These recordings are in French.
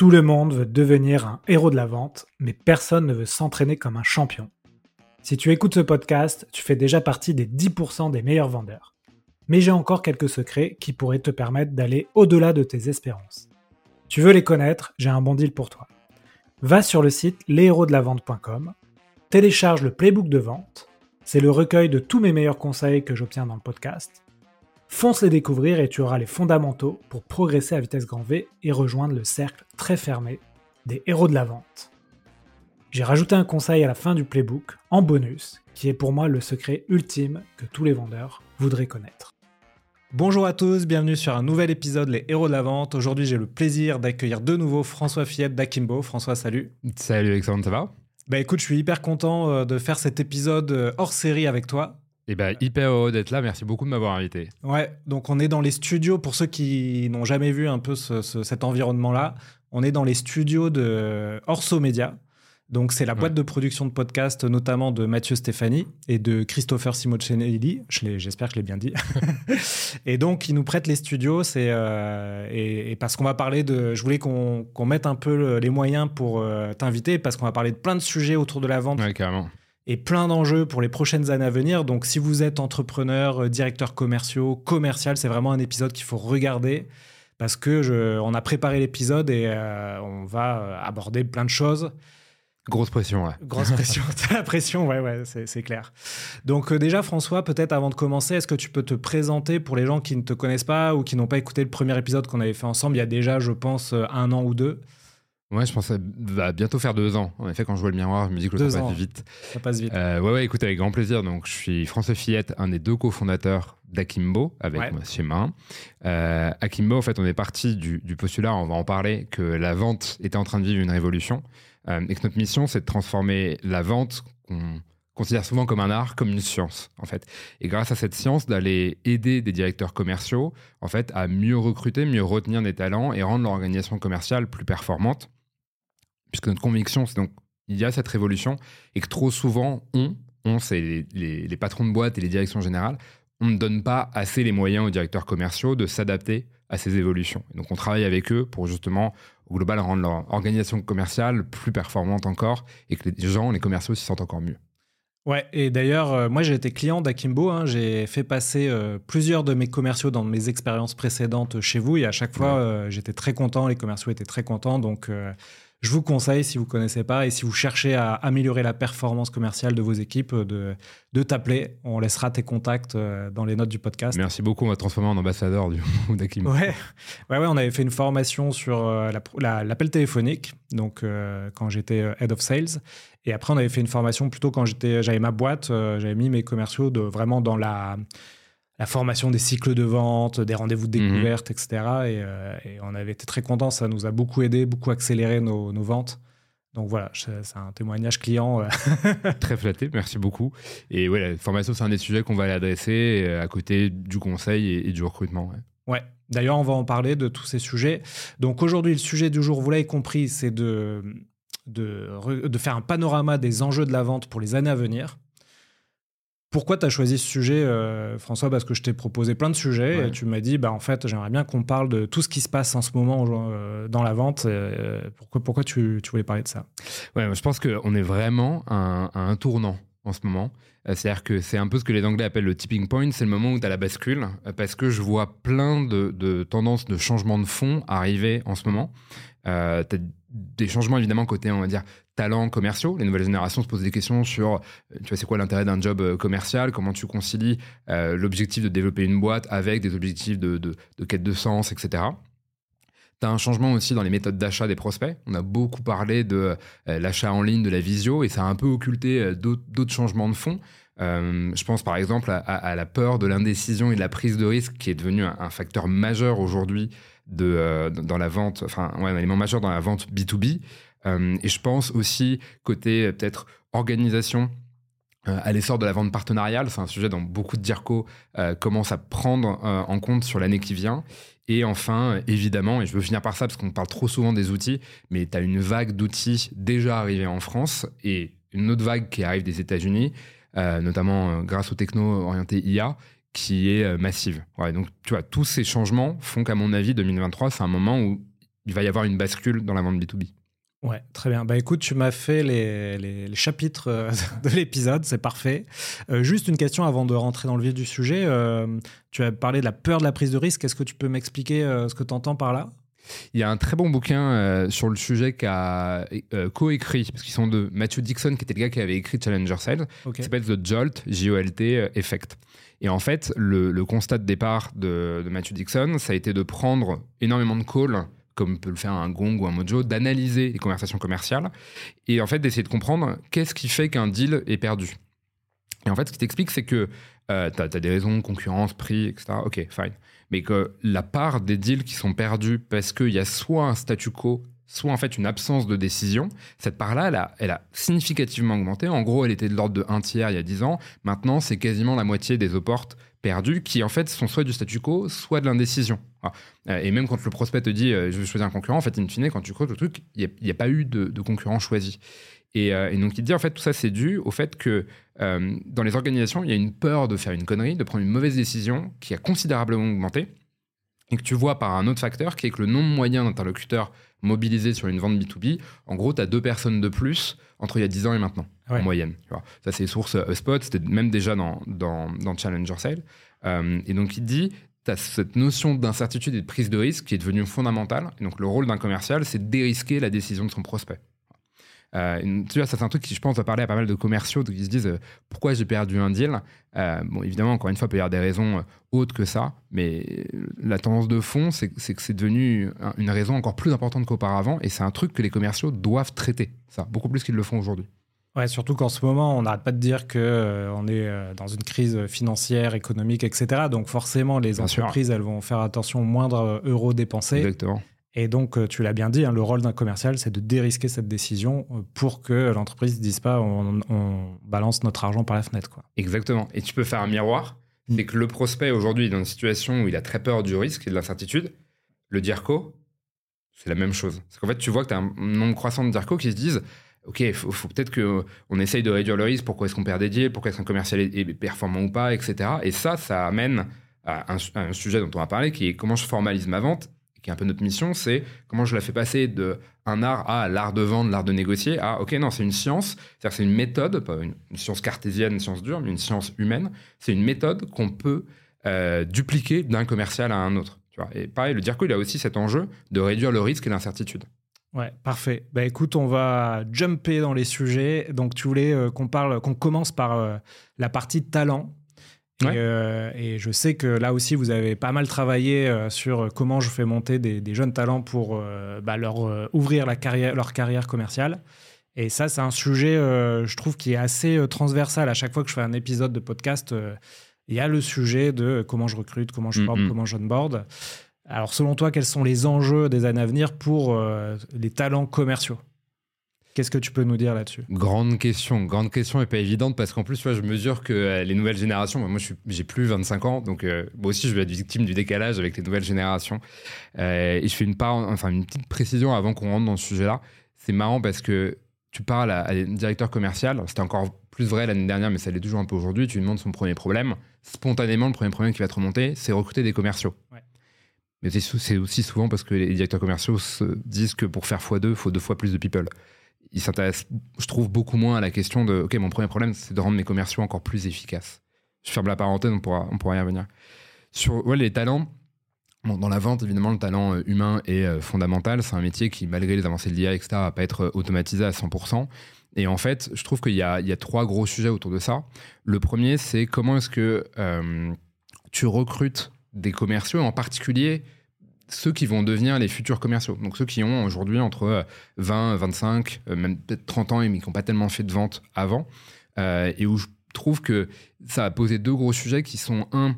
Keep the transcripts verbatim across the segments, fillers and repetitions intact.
Tout le monde veut devenir un héros de la vente, mais personne ne veut s'entraîner comme un champion. Si tu écoutes ce podcast, tu fais déjà partie des dix pour cent des meilleurs vendeurs. Mais j'ai encore quelques secrets qui pourraient te permettre d'aller au-delà de tes espérances. Tu veux les connaître? J'ai un bon deal pour toi. Va sur le site les héros de la vente point com, télécharge le playbook de vente, c'est le recueil de tous mes meilleurs conseils que j'obtiens dans le podcast. Fonce les découvrir et tu auras les fondamentaux pour progresser à vitesse grand V et rejoindre le cercle très fermé des héros de la vente. J'ai rajouté un conseil à la fin du playbook, en bonus, qui est pour moi le secret ultime que tous les vendeurs voudraient connaître. Bonjour à tous, bienvenue sur un nouvel épisode Les Héros de la Vente. Aujourd'hui, j'ai le plaisir d'accueillir de nouveau François Fillette d'Akimbo. François, salut. Salut Alexandre, ça va? Bah écoute, je suis hyper content de faire cet épisode hors série avec toi. Eh ben, hyper heureux d'être là, merci beaucoup de m'avoir invité. Ouais, donc on est dans les studios, pour ceux qui n'ont jamais vu un peu ce, ce, cet environnement-là, on est dans les studios de Orso Media. Donc c'est la boîte ouais. de production de podcasts, notamment de Mathieu Stéphanie et de Christopher Simocelli, je l'ai, j'espère que je l'ai bien dit. Et donc ils nous prêtent les studios, c'est, euh, et, et parce qu'on va parler de... Je voulais qu'on, qu'on mette un peu les moyens pour euh, t'inviter, parce qu'on va parler de plein de sujets autour de la vente. Ouais, carrément. Et plein d'enjeux pour les prochaines années à venir. Donc, si vous êtes entrepreneur, directeur commerciaux, commercial, c'est vraiment un épisode qu'il faut regarder parce que je, on a préparé l'épisode et euh, on va aborder plein de choses. Grosse pression, ouais. Grosse pression. La pression, ouais, ouais, c'est, c'est clair. Donc, euh, déjà, François, peut-être avant de commencer, est-ce que tu peux te présenter pour les gens qui ne te connaissent pas ou qui n'ont pas écouté le premier épisode qu'on avait fait ensemble il y a déjà, je pense, un an ou deux? Ouais, je pense que ça va bientôt faire deux ans. En effet, quand je vois le miroir, je me dis que le deux temps ans. passe vite. Ça passe vite. Euh, ouais, ouais, écoute, avec grand plaisir. Donc, je suis François Fillette, un des deux cofondateurs d'Akimbo, avec ouais. moi, chez Main. Euh, Akimbo, en fait, on est parti du, du postulat, on va en parler, que la vente était en train de vivre une révolution. Euh, et que notre mission, c'est de transformer la vente, qu'on considère souvent comme un art, comme une science, en fait. Et grâce à cette science, d'aller aider des directeurs commerciaux, en fait, à mieux recruter, mieux retenir des talents et rendre leur organisation commerciale plus performante. Puisque notre conviction, c'est donc il y a cette révolution et que trop souvent, on, on c'est les, les, les patrons de boîte et les directions générales, on ne donne pas assez les moyens aux directeurs commerciaux de s'adapter à ces évolutions. Et donc, on travaille avec eux pour justement, au global, rendre leur organisation commerciale plus performante encore et que les gens, les commerciaux, s'y sentent encore mieux. Ouais, et d'ailleurs, euh, moi j'ai été client d'Akimbo, hein, j'ai fait passer euh, plusieurs de mes commerciaux dans mes expériences précédentes chez vous et à chaque fois, ouais. euh, j'étais très content, les commerciaux étaient très contents, donc euh, je vous conseille, si vous ne connaissez pas et si vous cherchez à améliorer la performance commerciale de vos équipes, de, de t'appeler. On laissera tes contacts euh, dans les notes du podcast. Merci beaucoup, on va transformer en ambassadeur du d'Akimbo. Ouais. ouais, ouais, on avait fait une formation sur euh, la, la, l'appel téléphonique, donc euh, quand j'étais euh, Head of Sales. Et après, on avait fait une formation plutôt quand j'étais, j'avais ma boîte, euh, j'avais mis mes commerciaux de, vraiment dans la, la formation des cycles de vente, des rendez-vous de découverte, mmh. et cetera. Et, euh, et on avait été très contents, ça nous a beaucoup aidé, beaucoup accéléré nos, nos ventes. Donc voilà, c'est un témoignage client. Très flatté, merci beaucoup. Et ouais, la formation, c'est un des sujets qu'on va aller adresser à côté du conseil et, et du recrutement. Ouais. ouais, d'ailleurs, on va en parler de tous ces sujets. Donc aujourd'hui, le sujet du jour, vous l'avez compris, c'est de... De, de faire un panorama des enjeux de la vente pour les années à venir. Pourquoi tu as choisi ce sujet, euh, François? Parce que je t'ai proposé plein de sujets ouais. et tu m'as dit, bah, en fait, j'aimerais bien qu'on parle de tout ce qui se passe en ce moment euh, dans la vente. Euh, pourquoi pourquoi tu, tu voulais parler de ça? Ouais, je pense qu'on est vraiment à un, à un tournant en ce moment. C'est-à-dire que c'est un peu ce que les Anglais appellent le tipping point, c'est le moment où tu as la bascule, parce que je vois plein de, de tendances de changement de fond arriver en ce moment. Euh, tu as des changements évidemment côté, on va dire, talents commerciaux. Les nouvelles générations se posent des questions sur, tu vois, c'est quoi l'intérêt d'un job commercial, comment tu concilies euh, l'objectif de développer une boîte avec des objectifs de, de, de quête de sens, et cetera. Tu as un changement aussi dans les méthodes d'achat des prospects. On a beaucoup parlé de euh, l'achat en ligne, de la visio, et ça a un peu occulté euh, d'autres, d'autres changements de fond. Euh, je pense par exemple à, à, à la peur de l'indécision et de la prise de risque qui est devenu un, un facteur majeur aujourd'hui de, euh, dans la vente, enfin ouais, un élément majeur dans la vente B deux B. Euh, et je pense aussi côté euh, peut-être organisation, euh, à l'essor de la vente partenariale. C'est un sujet dont beaucoup de dircos euh, commencent à prendre euh, en compte sur l'année qui vient. Et enfin, évidemment, et je veux finir par ça parce qu'on parle trop souvent des outils, mais tu as une vague d'outils déjà arrivée en France et une autre vague qui arrive des États-Unis, euh, notamment euh, grâce aux technos orientés I A, qui est euh, massive. Ouais, donc, tu vois, tous ces changements font qu'à mon avis, deux mille vingt-trois, c'est un moment où il va y avoir une bascule dans la vente B deux B. Ouais, très bien. Bah écoute, tu m'as fait les, les, les chapitres euh, de l'épisode, c'est parfait. Euh, juste une question avant de rentrer dans le vif du sujet. Euh, tu as parlé de la peur de la prise de risque. Est-ce que tu peux m'expliquer euh, ce que tu entends par là ? Il y a un très bon bouquin euh, sur le sujet qu'a euh, co-écrit, parce qu'ils sont deux, Matthew Dixon, qui était le gars qui avait écrit Challenger Sales, okay. Qui s'appelle The Jolt, J O L T, euh, Effect. Et en fait, le, le constat de départ de, de Matthew Dixon, ça a été de prendre énormément de calls, comme peut le faire un Gong ou un Mojo, d'analyser les conversations commerciales et en fait d'essayer de comprendre qu'est-ce qui fait qu'un deal est perdu. Et en fait, ce qui t'explique, c'est que euh, tu as des raisons, concurrence, prix, et cetera. Ok, fine. Mais que la part des deals qui sont perdus parce qu'il y a soit un statu quo, soit en fait une absence de décision, cette part-là, elle a, elle a significativement augmenté. En gros, elle était de l'ordre de un tiers il y a dix ans. Maintenant, c'est quasiment la moitié des opportes perdues qui, en fait, sont soit du statu quo, soit de l'indécision. Et même quand le prospect te dit euh, « je vais choisir un concurrent », en fait, in fine, quand tu creuses le truc, il n'y a, a pas eu de, de concurrent choisi. Et, euh, et donc, il te dit, en fait, tout ça, c'est dû au fait que euh, dans les organisations, il y a une peur de faire une connerie, de prendre une mauvaise décision qui a considérablement augmenté. Et que tu vois par un autre facteur qui est que le nombre moyen d'interlocuteurs mobilisés sur une vente B deux B, en gros, tu as deux personnes de plus entre il y a dix ans et maintenant, ouais. En moyenne. Tu vois. Ça, c'est source HubSpot, c'était même déjà dans, dans, dans Challenger Sales. Euh, et donc, il te dit, tu as cette notion d'incertitude et de prise de risque qui est devenue fondamentale. Et donc, le rôle d'un commercial, c'est de dérisquer la décision de son prospect. Euh, tu vois, ça c'est un truc qui, je pense, va parler à pas mal de commerciaux qui se disent euh, pourquoi j'ai perdu un deal. Euh, bon, évidemment, encore une fois, il peut y avoir des raisons euh, autres que ça, mais la tendance de fond, c'est, c'est que c'est devenu un, une raison encore plus importante qu'auparavant, et c'est un truc que les commerciaux doivent traiter, ça, beaucoup plus qu'ils le font aujourd'hui. Ouais, surtout qu'en ce moment, on n'arrête pas de dire qu'on euh, est euh, dans une crise financière, économique, et cetera. Donc forcément, les bien entreprises, sûr. Elles vont faire attention aux moindres euros dépensés. Exactement. Et donc, tu l'as bien dit, hein, le rôle d'un commercial, c'est de dérisquer cette décision pour que l'entreprise ne dise pas on, on balance notre argent par la fenêtre, quoi. Exactement. Et tu peux faire un miroir. Mmh. C'est que le prospect, aujourd'hui, est dans une situation où il a très peur du risque et de l'incertitude. Le DIRCO, c'est la même chose. C'est qu'en fait, tu vois que tu as un nombre croissant de DIRCO qui se disent OK, il faut, faut peut-être qu'on essaye de réduire le risque. Pourquoi est-ce qu'on perd des deals? Pourquoi est-ce qu'un commercial est, est performant ou pas, et cetera. Et ça, ça amène à un, à un sujet dont on va parler, qui est comment je formalise ma vente, qui est un peu notre mission, c'est comment je la fais passer de un art à l'art de vendre, l'art de négocier, à ok, non, c'est une science, c'est-à-dire que c'est une méthode, pas une, une science cartésienne, une science dure, mais une science humaine. C'est une méthode qu'on peut euh, dupliquer d'un commercial à un autre. Tu vois. Et pareil, le DIRCO, il a aussi cet enjeu de réduire le risque et l'incertitude. Ouais, parfait. Bah écoute, on va jumper dans les sujets. Donc tu voulais euh, qu'on parle, qu'on commence par euh, la partie talent. Ouais. Et, euh, et je sais que là aussi, vous avez pas mal travaillé euh, sur comment je fais monter des, des jeunes talents pour euh, bah, leur euh, ouvrir la carrière, leur carrière commerciale. Et ça, c'est un sujet, euh, je trouve, qui est assez euh, transversal. À chaque fois que je fais un épisode de podcast, euh, il y a le sujet de comment je recrute, comment je forme, mm-hmm. comment j'onboard. Alors, selon toi, quels sont les enjeux des années à venir pour euh, les talents commerciaux ? Qu'est-ce que tu peux nous dire là-dessus ? Grande question, grande question et pas évidente parce qu'en plus, tu vois, je mesure que euh, les nouvelles générations, moi, moi je suis, j'ai plus vingt-cinq ans, donc euh, moi aussi, je vais être victime du décalage avec les nouvelles générations. Euh, et je fais une, part, enfin, une petite précision avant qu'on rentre dans ce sujet-là. C'est marrant parce que tu parles à, à des directeurs commerciaux, c'était encore plus vrai l'année dernière, mais ça l'est toujours un peu aujourd'hui. Tu lui demandes son premier problème. Spontanément, le premier problème qui va te remonter, c'est recruter des commerciaux. Ouais. Mais c'est, c'est aussi souvent parce que les directeurs commerciaux se disent que pour faire fois deux, il faut deux fois plus de people. Ils s'intéressent, je trouve, beaucoup moins à la question de « Ok, mon premier problème, c'est de rendre mes commerciaux encore plus efficaces. » Je ferme la parenthèse, on pourra, on pourra y revenir. Sur ouais, les talents, bon, dans la vente, évidemment, le talent humain est euh, fondamental. C'est un métier qui, malgré les avancées de l'I A, et cetera, ne va pas être automatisé à cent pour cent. Et en fait, je trouve qu'il y a, il y a trois gros sujets autour de ça. Le premier, c'est comment est-ce que euh, tu recrutes des commerciaux, et en particulier ceux qui vont devenir les futurs commerciaux. Donc ceux qui ont aujourd'hui entre vingt, vingt-cinq, même peut-être trente ans, mais qui n'ont pas tellement fait de vente avant. Euh, et où je trouve que ça a posé deux gros sujets qui sont, un,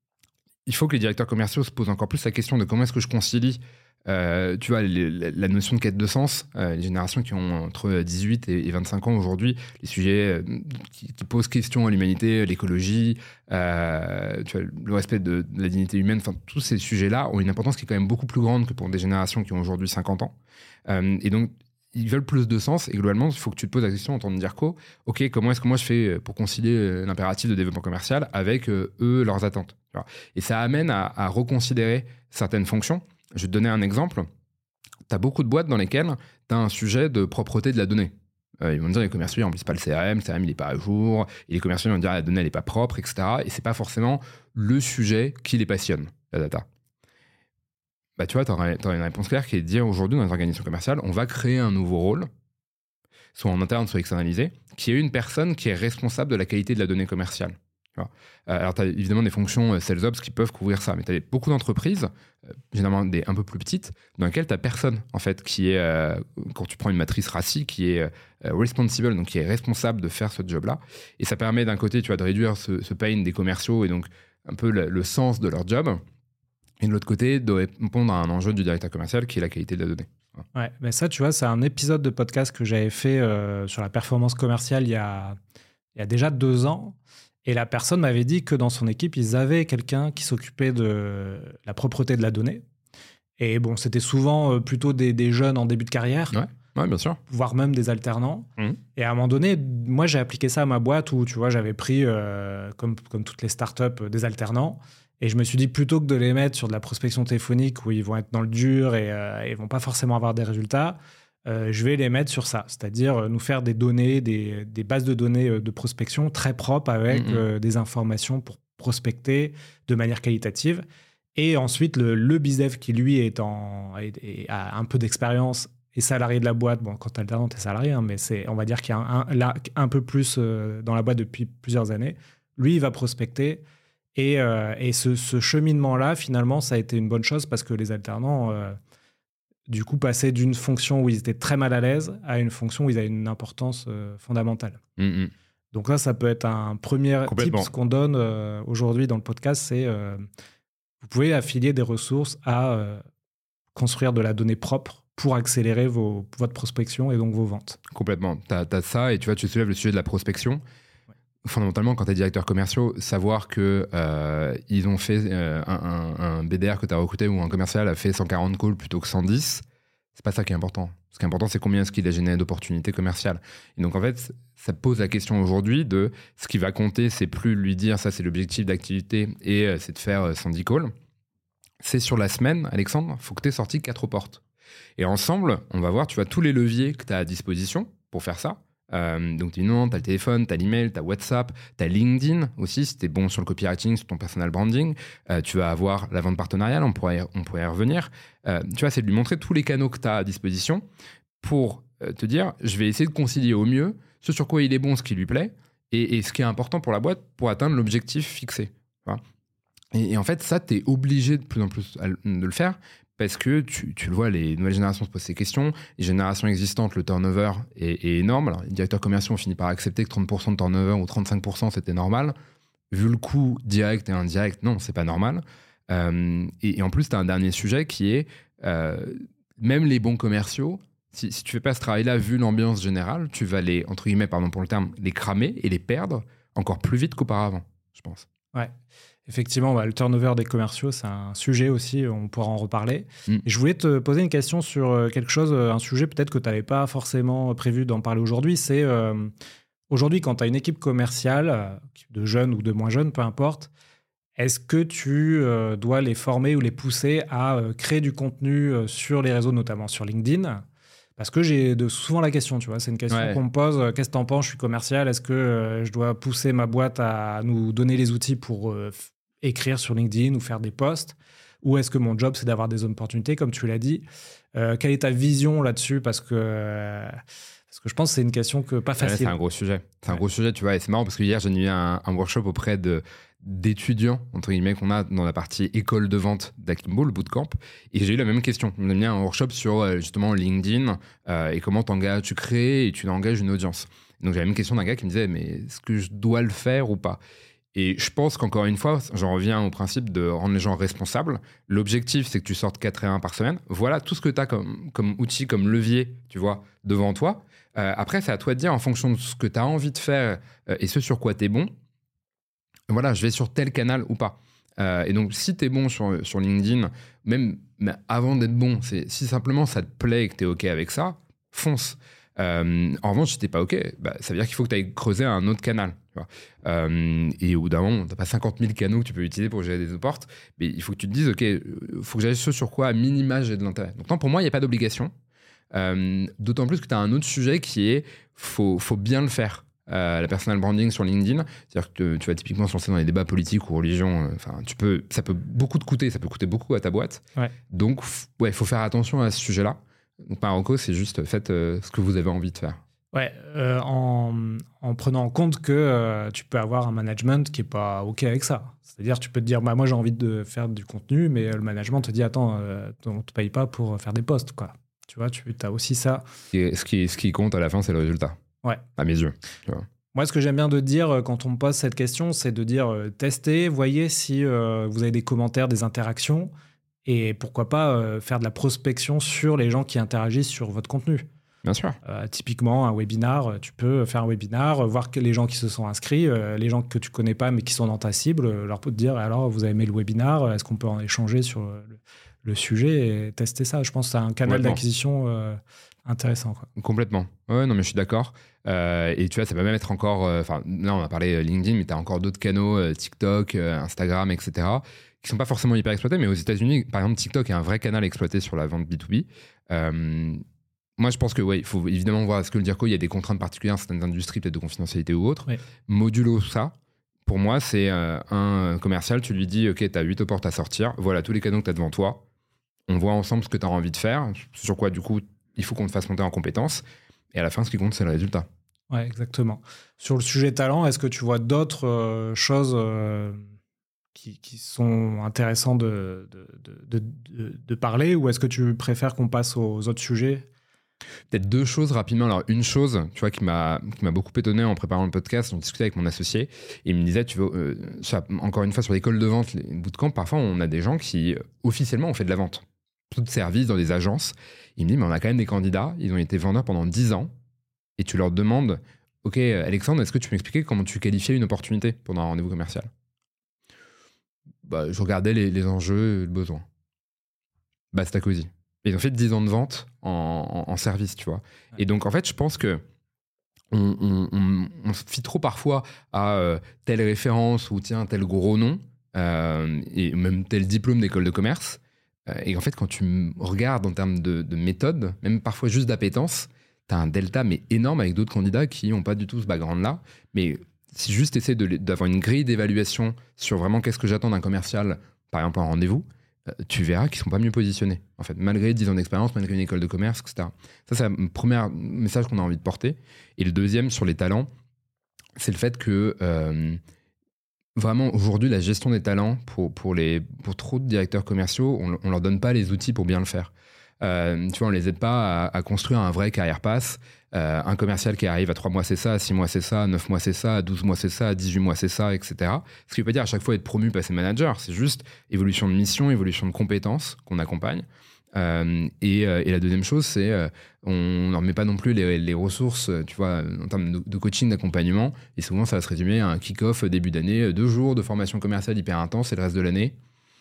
il faut que les directeurs commerciaux se posent encore plus la question de comment est-ce que je concilie Euh, tu vois, les, la notion de quête de sens, euh, les générations qui ont entre dix-huit et vingt-cinq ans aujourd'hui, les sujets euh, qui, qui posent question à l'humanité, l'écologie, euh, tu vois, le respect de, de la dignité humaine, enfin, tous ces sujets-là ont une importance qui est quand même beaucoup plus grande que pour des générations qui ont aujourd'hui cinquante ans. Euh, et donc, ils veulent plus de sens, et globalement, il faut que tu te poses la question en tant que DIRCO, ok, comment est-ce que moi je fais pour concilier l'impératif de développement commercial avec euh, eux, leurs attentes, tu vois. Et ça amène à, à reconsidérer certaines fonctions. Je vais te donner un exemple. tu as beaucoup de boîtes dans lesquelles tu as un sujet de propreté de la donnée. Euh, ils vont dire les commerciaux ils remplissent pas le C R M, le C R M il n'est pas à jour, et les commerciaux ils vont dire la donnée elle n'est pas propre, et cetera. Et c'est pas forcément le sujet qui les passionne, la data. Bah tu vois, tu aurais une réponse claire qui est de dire aujourd'hui dans les organisations commerciales, on va créer un nouveau rôle, soit en interne, soit externalisé, qui est une personne qui est responsable de la qualité de la donnée commerciale. Alors, tu as évidemment des fonctions sales ops qui peuvent couvrir ça, mais tu as beaucoup d'entreprises, euh, généralement des un peu plus petites, dans lesquelles tu n'as personne, en fait, qui est, euh, quand tu prends une matrice R A C I, qui est euh, responsible, donc qui est responsable de faire ce job-là. Et ça permet d'un côté, tu vois, de réduire ce, ce pain des commerciaux et donc un peu le, le sens de leur job, et de l'autre côté, de répondre à un enjeu du directeur commercial qui est la qualité de la donnée. Ouais, mais ça, tu vois, c'est un épisode de podcast que j'avais fait euh, sur la performance commerciale il y a, il y a déjà deux ans. Et la personne m'avait dit que dans son équipe, ils avaient quelqu'un qui s'occupait de la propreté de la donnée. Et bon, c'était souvent plutôt des, des jeunes en début de carrière. Ouais, ouais, bien sûr. Voire même des alternants. Mmh. Et à un moment donné, moi, j'ai appliqué ça à ma boîte où, tu vois, j'avais pris, euh, comme, comme toutes les startups, des alternants. Et je me suis dit, plutôt que de les mettre sur de la prospection téléphonique où ils vont être dans le dur et euh, ils vont pas forcément avoir des résultats, Euh, je vais les mettre sur ça, c'est-à-dire nous faire des données, des, des bases de données de prospection très propres avec mmh. euh, des informations pour prospecter de manière qualitative. Et ensuite, le, le BizDev qui, lui, est en, est, est, a un peu d'expérience et salarié de la boîte. Bon, quand tu es alternant, tu es salarié, hein, mais c'est, on va dire qu'il y a un, un, un peu plus euh, dans la boîte depuis plusieurs années. Lui, il va prospecter. Et, euh, et ce, ce cheminement-là, finalement, ça a été une bonne chose parce que les alternants... Euh, du coup, passer d'une fonction où ils étaient très mal à l'aise à une fonction où ils avaient une importance euh, fondamentale. Mmh. Donc là, ça peut être un premier tip qu'on donne euh, aujourd'hui dans le podcast, c'est euh, vous pouvez affilier des ressources à euh, construire de la donnée propre pour accélérer vos, votre prospection et donc vos ventes. Complètement. Tu as ça et tu vois, tu soulèves le sujet de la prospection. Ouais. Fondamentalement, quand tu es directeur commercial, savoir qu'ils euh, ont fait euh, un, un, un B D R que tu as recruté ou un commercial a fait cent quarante calls plutôt que cent dix, c'est pas ça qui est important. Ce qui est important, c'est combien est-ce qu'il a généré d'opportunités commerciales. Et donc, en fait, ça pose la question aujourd'hui de ce qui va compter, c'est plus lui dire ça, c'est l'objectif d'activité et euh, c'est de faire euh, cent dix calls. C'est sur la semaine, Alexandre, il faut que tu aies sorti quatre portes. Et ensemble, on va voir, tu vois, tous les leviers que tu as à disposition pour faire ça. Euh, donc, tu dis non, tu as le téléphone, tu as l'email, tu as WhatsApp, tu as LinkedIn aussi, si tu es bon sur le copywriting, sur ton personal branding. Euh, tu vas avoir la vente partenariale, on pourrait, on pourrait y revenir. Euh, tu vois, c'est de lui montrer tous les canaux que tu as à disposition pour euh, te dire, je vais essayer de concilier au mieux ce sur quoi il est bon, ce qui lui plaît, et, et ce qui est important pour la boîte pour atteindre l'objectif fixé. Voilà. Et, et en fait, ça, tu es obligé de plus en plus à, de le faire. Parce que tu, tu le vois, les nouvelles générations se posent ces questions. Les générations existantes, le turnover est, est énorme. Alors, les directeurs commerciaux ont fini par accepter que trente pour cent de turnover ou trente-cinq pour cent, c'était normal. Vu le coût direct et indirect, non, c'est pas normal. Euh, et, et en plus, tu as un dernier sujet qui est, euh, même les bons commerciaux, si, si tu fais pas ce travail-là, vu l'ambiance générale, tu vas les, entre guillemets, pardon pour le terme, les cramer et les perdre encore plus vite qu'auparavant, je pense. Ouais. Effectivement, bah, le turnover des commerciaux, c'est un sujet aussi, on pourra en reparler. Mm. Et je voulais te poser une question sur quelque chose, un sujet peut-être que tu n'avais pas forcément prévu d'en parler aujourd'hui. C'est euh, aujourd'hui, quand tu as une équipe commerciale, de jeunes ou de moins jeunes, peu importe, est-ce que tu euh, dois les former ou les pousser à euh, créer du contenu euh, sur les réseaux, notamment sur LinkedIn ? Parce que j'ai de, souvent la question, tu vois, c'est une question ouais. qu'on me pose. Euh, qu'est-ce que tu en penses ? Je suis commercial, est-ce que euh, je dois pousser ma boîte à nous donner les outils pour euh, écrire sur LinkedIn ou faire des posts, ou est-ce que mon job c'est d'avoir des opportunités comme tu l'as dit, euh, quelle est ta vision là-dessus, parce que euh, parce que je pense que c'est une question que pas facile. Ouais, c'est un gros sujet, c'est ouais. un gros sujet, tu vois, et c'est marrant parce que hier j'ai eu un, un workshop auprès de d'étudiants entre guillemets qu'on a dans la partie école de vente d'Akimbo, le bootcamp, et j'ai eu la même question. On a mis un workshop sur justement LinkedIn euh, et comment t'engages, tu crées et tu engages une audience. Donc j'avais la même question d'un gars qui me disait mais est-ce que je dois le faire ou pas ? Et je pense qu'encore une fois, j'en reviens au principe de rendre les gens responsables. L'objectif, c'est que tu sortes quatre et un par semaine. Voilà tout ce que tu as comme, comme outil, comme levier, tu vois, devant toi. Euh, après, c'est à toi de dire, en fonction de ce que tu as envie de faire euh, et ce sur quoi tu es bon, voilà, je vais sur tel canal ou pas. Euh, et donc, si tu es bon sur, sur LinkedIn, même mais avant d'être bon, c'est, si simplement ça te plaît et que tu es OK avec ça, fonce. Euh, en revanche, si tu n'es pas OK, bah, ça veut dire qu'il faut que tu ailles creuser un autre canal. Tu Euh, et au bout d'un moment, tu n'as pas cinquante mille canaux que tu peux utiliser pour gérer des opportes, mais il faut que tu te dises, OK, il faut que j'aille ce sur quoi, à minima, j'ai de l'intérêt. Donc, non, pour moi, il n'y a pas d'obligation. Euh, d'autant plus que tu as un autre sujet qui est, faut, faut bien le faire. Euh, la personal branding sur LinkedIn, c'est-à-dire que tu vas typiquement se lancer dans les débats politiques ou religion, enfin, euh, tu peux, ça peut beaucoup te coûter, ça peut coûter beaucoup à ta boîte. Ouais. Donc, ouais, il faut faire attention à ce sujet-là. Donc, Marocco, c'est juste faites euh, ce que vous avez envie de faire. Ouais, euh, en, en prenant en compte que euh, tu peux avoir un management qui n'est pas OK avec ça. C'est-à-dire, tu peux te dire, bah, moi, j'ai envie de faire du contenu, mais le management te dit, attends, euh, on ne te paye pas pour faire des posts, quoi. Tu vois, tu as aussi ça. Et ce, qui, ce qui compte à la fin, c'est le résultat. Ouais. À mes yeux. Tu vois. Moi, ce que j'aime bien de dire quand on me pose cette question, c'est de dire, euh, testez, voyez si euh, vous avez des commentaires, des interactions, et pourquoi pas euh, faire de la prospection sur les gens qui interagissent sur votre contenu. Bien sûr. Euh, typiquement, un webinar, tu peux faire un webinar, voir que les gens qui se sont inscrits, euh, les gens que tu connais pas mais qui sont dans ta cible, euh, leur peut te dire, alors, vous avez aimé le webinar, est-ce qu'on peut en échanger sur le, le sujet et tester ça. Je pense que c'est un canal d'acquisition euh, intéressant, quoi. Complètement. Ouais, non, mais je suis d'accord. Euh, et tu vois, ça peut même être encore... Enfin, euh, là, on a parlé LinkedIn, mais tu as encore d'autres canaux, euh, TikTok, euh, Instagram, et cetera, qui sont pas forcément hyper exploités. Mais aux États-Unis, par exemple, TikTok est un vrai canal exploité sur la vente B deux B. Euh, moi, je pense que, ouais, il faut évidemment voir ce que le dire quoi. Il y a des contraintes particulières dans certaines industries, peut-être de confidentialité ou autre. Oui. Modulo ça. Pour moi, c'est euh, un commercial, tu lui dis, OK, tu as huit portes à sortir. Voilà tous les canaux que tu as devant toi. On voit ensemble ce que tu as envie de faire. Sur quoi, du coup, il faut qu'on te fasse monter en compétences. Et à la fin, ce qui compte, c'est le résultat. Ouais, exactement. Sur le sujet talent, est-ce que tu vois d'autres euh, choses euh, qui, qui sont intéressantes de, de, de, de, de parler, ou est-ce que tu préfères qu'on passe aux autres sujets ? Peut-être deux choses rapidement. Alors, une chose, tu vois, qui m'a, qui m'a beaucoup étonné en préparant le podcast, on discutait avec mon associé, et il me disait, tu veux, euh, ça, encore une fois, sur l'école de vente, les bootcamps, parfois, on a des gens qui, euh, officiellement, ont fait de la vente. Tout de service dans des agences. Il me dit, mais on a quand même des candidats, ils ont été vendeurs pendant dix ans, et tu leur demandes, OK, Alexandre, est-ce que tu peux m'expliquer comment tu qualifiais une opportunité pendant un rendez-vous commercial ? Bah, je regardais les, les enjeux et le besoin. Basta cosy. Ils ont fait dix ans de vente en, en, en service, tu vois. Et donc, en fait, je pense que on, on, on, on se fie trop parfois à euh, telle référence ou tiens, tel gros nom, euh, et même tel diplôme d'école de commerce. Euh, et en fait, quand tu regardes en termes de, de méthode, même parfois juste d'appétence, tu as un delta mais énorme avec d'autres candidats qui n'ont pas du tout ce background-là. Mais si juste essayer de, d'avoir une grille d'évaluation sur vraiment qu'est-ce que j'attends d'un commercial, par exemple un rendez-vous, tu verras qu'ils ne sont pas mieux positionnés, en fait, malgré dix ans d'expérience, malgré une école de commerce, et cetera. Ça, c'est le premier message qu'on a envie de porter. Et le deuxième, sur les talents, c'est le fait que, euh, vraiment, aujourd'hui, la gestion des talents, pour, pour, les, pour trop de directeurs commerciaux, on ne leur donne pas les outils pour bien le faire. Euh, tu vois, on les aide pas à, à construire un vrai carrière pass. Euh, un commercial qui arrive à trois mois c'est ça, à six mois c'est ça, à neuf mois c'est ça, à douze mois c'est ça, à dix-huit mois c'est ça, et cetera. Ce qui veut pas dire à chaque fois être promu, passer manager. C'est juste évolution de mission, évolution de compétences qu'on accompagne. Euh, et, euh, et la deuxième chose, c'est euh, on n'en met pas non plus les, les ressources, tu vois, en termes de, de coaching, d'accompagnement. Et souvent, ça va se résumer à un kick-off début d'année, deux jours de formation commerciale hyper intense, et le reste de l'année,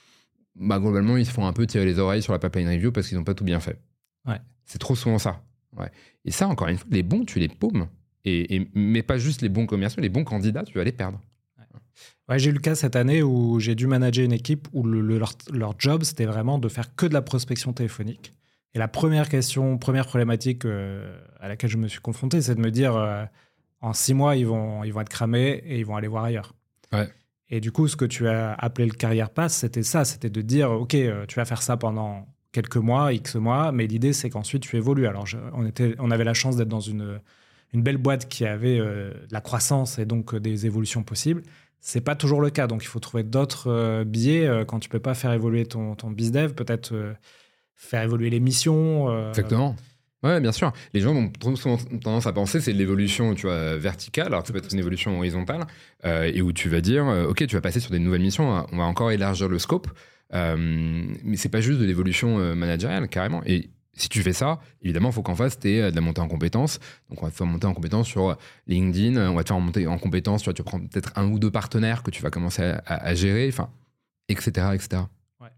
bah, globalement, ils se font un peu tirer les oreilles sur la pipeline review parce qu'ils n'ont pas tout bien fait. Ouais. C'est trop souvent ça. Ouais. Et ça, encore une fois, les bons, tu les paumes. Et, et, mais pas juste les bons commerciaux, les bons candidats, tu vas les perdre. Ouais. Ouais, j'ai eu le cas cette année où j'ai dû manager une équipe où le, le, leur, leur job, c'était vraiment de faire que de la prospection téléphonique. Et la première question, première problématique euh, à laquelle je me suis confronté, c'est de me dire, euh, en six mois, ils vont, ils vont être cramés et ils vont aller voir ailleurs. Ouais. Et du coup, ce que tu as appelé le carrière pass, c'était ça, c'était de dire, OK, euh, tu vas faire ça pendant quelques mois, X mois, mais l'idée, c'est qu'ensuite, tu évolues. Alors, je, on, était, on avait la chance d'être dans une, une belle boîte qui avait euh, de la croissance et donc euh, des évolutions possibles. C'est pas toujours le cas, donc il faut trouver d'autres euh, biais euh, quand tu peux pas faire évoluer ton, ton bizdev, peut-être euh, faire évoluer les missions. Euh, Exactement. Ouais, bien sûr. Les gens ont trop souvent tendance à penser c'est de l'évolution, tu vois, verticale, alors que ça peut être une évolution horizontale, euh, et où tu vas dire, euh, ok, tu vas passer sur des nouvelles missions, on va encore élargir le scope, euh, mais c'est pas juste de l'évolution euh, managériale, carrément. Et si tu fais ça, évidemment, il faut qu'en face, tu aies de la montée en compétences. Donc, on va te faire monter en compétences sur LinkedIn, on va te faire monter en compétences, tu vois, tu vas prendre peut-être un ou deux partenaires que tu vas commencer à, à, à gérer, enfin, et cetera, et cetera.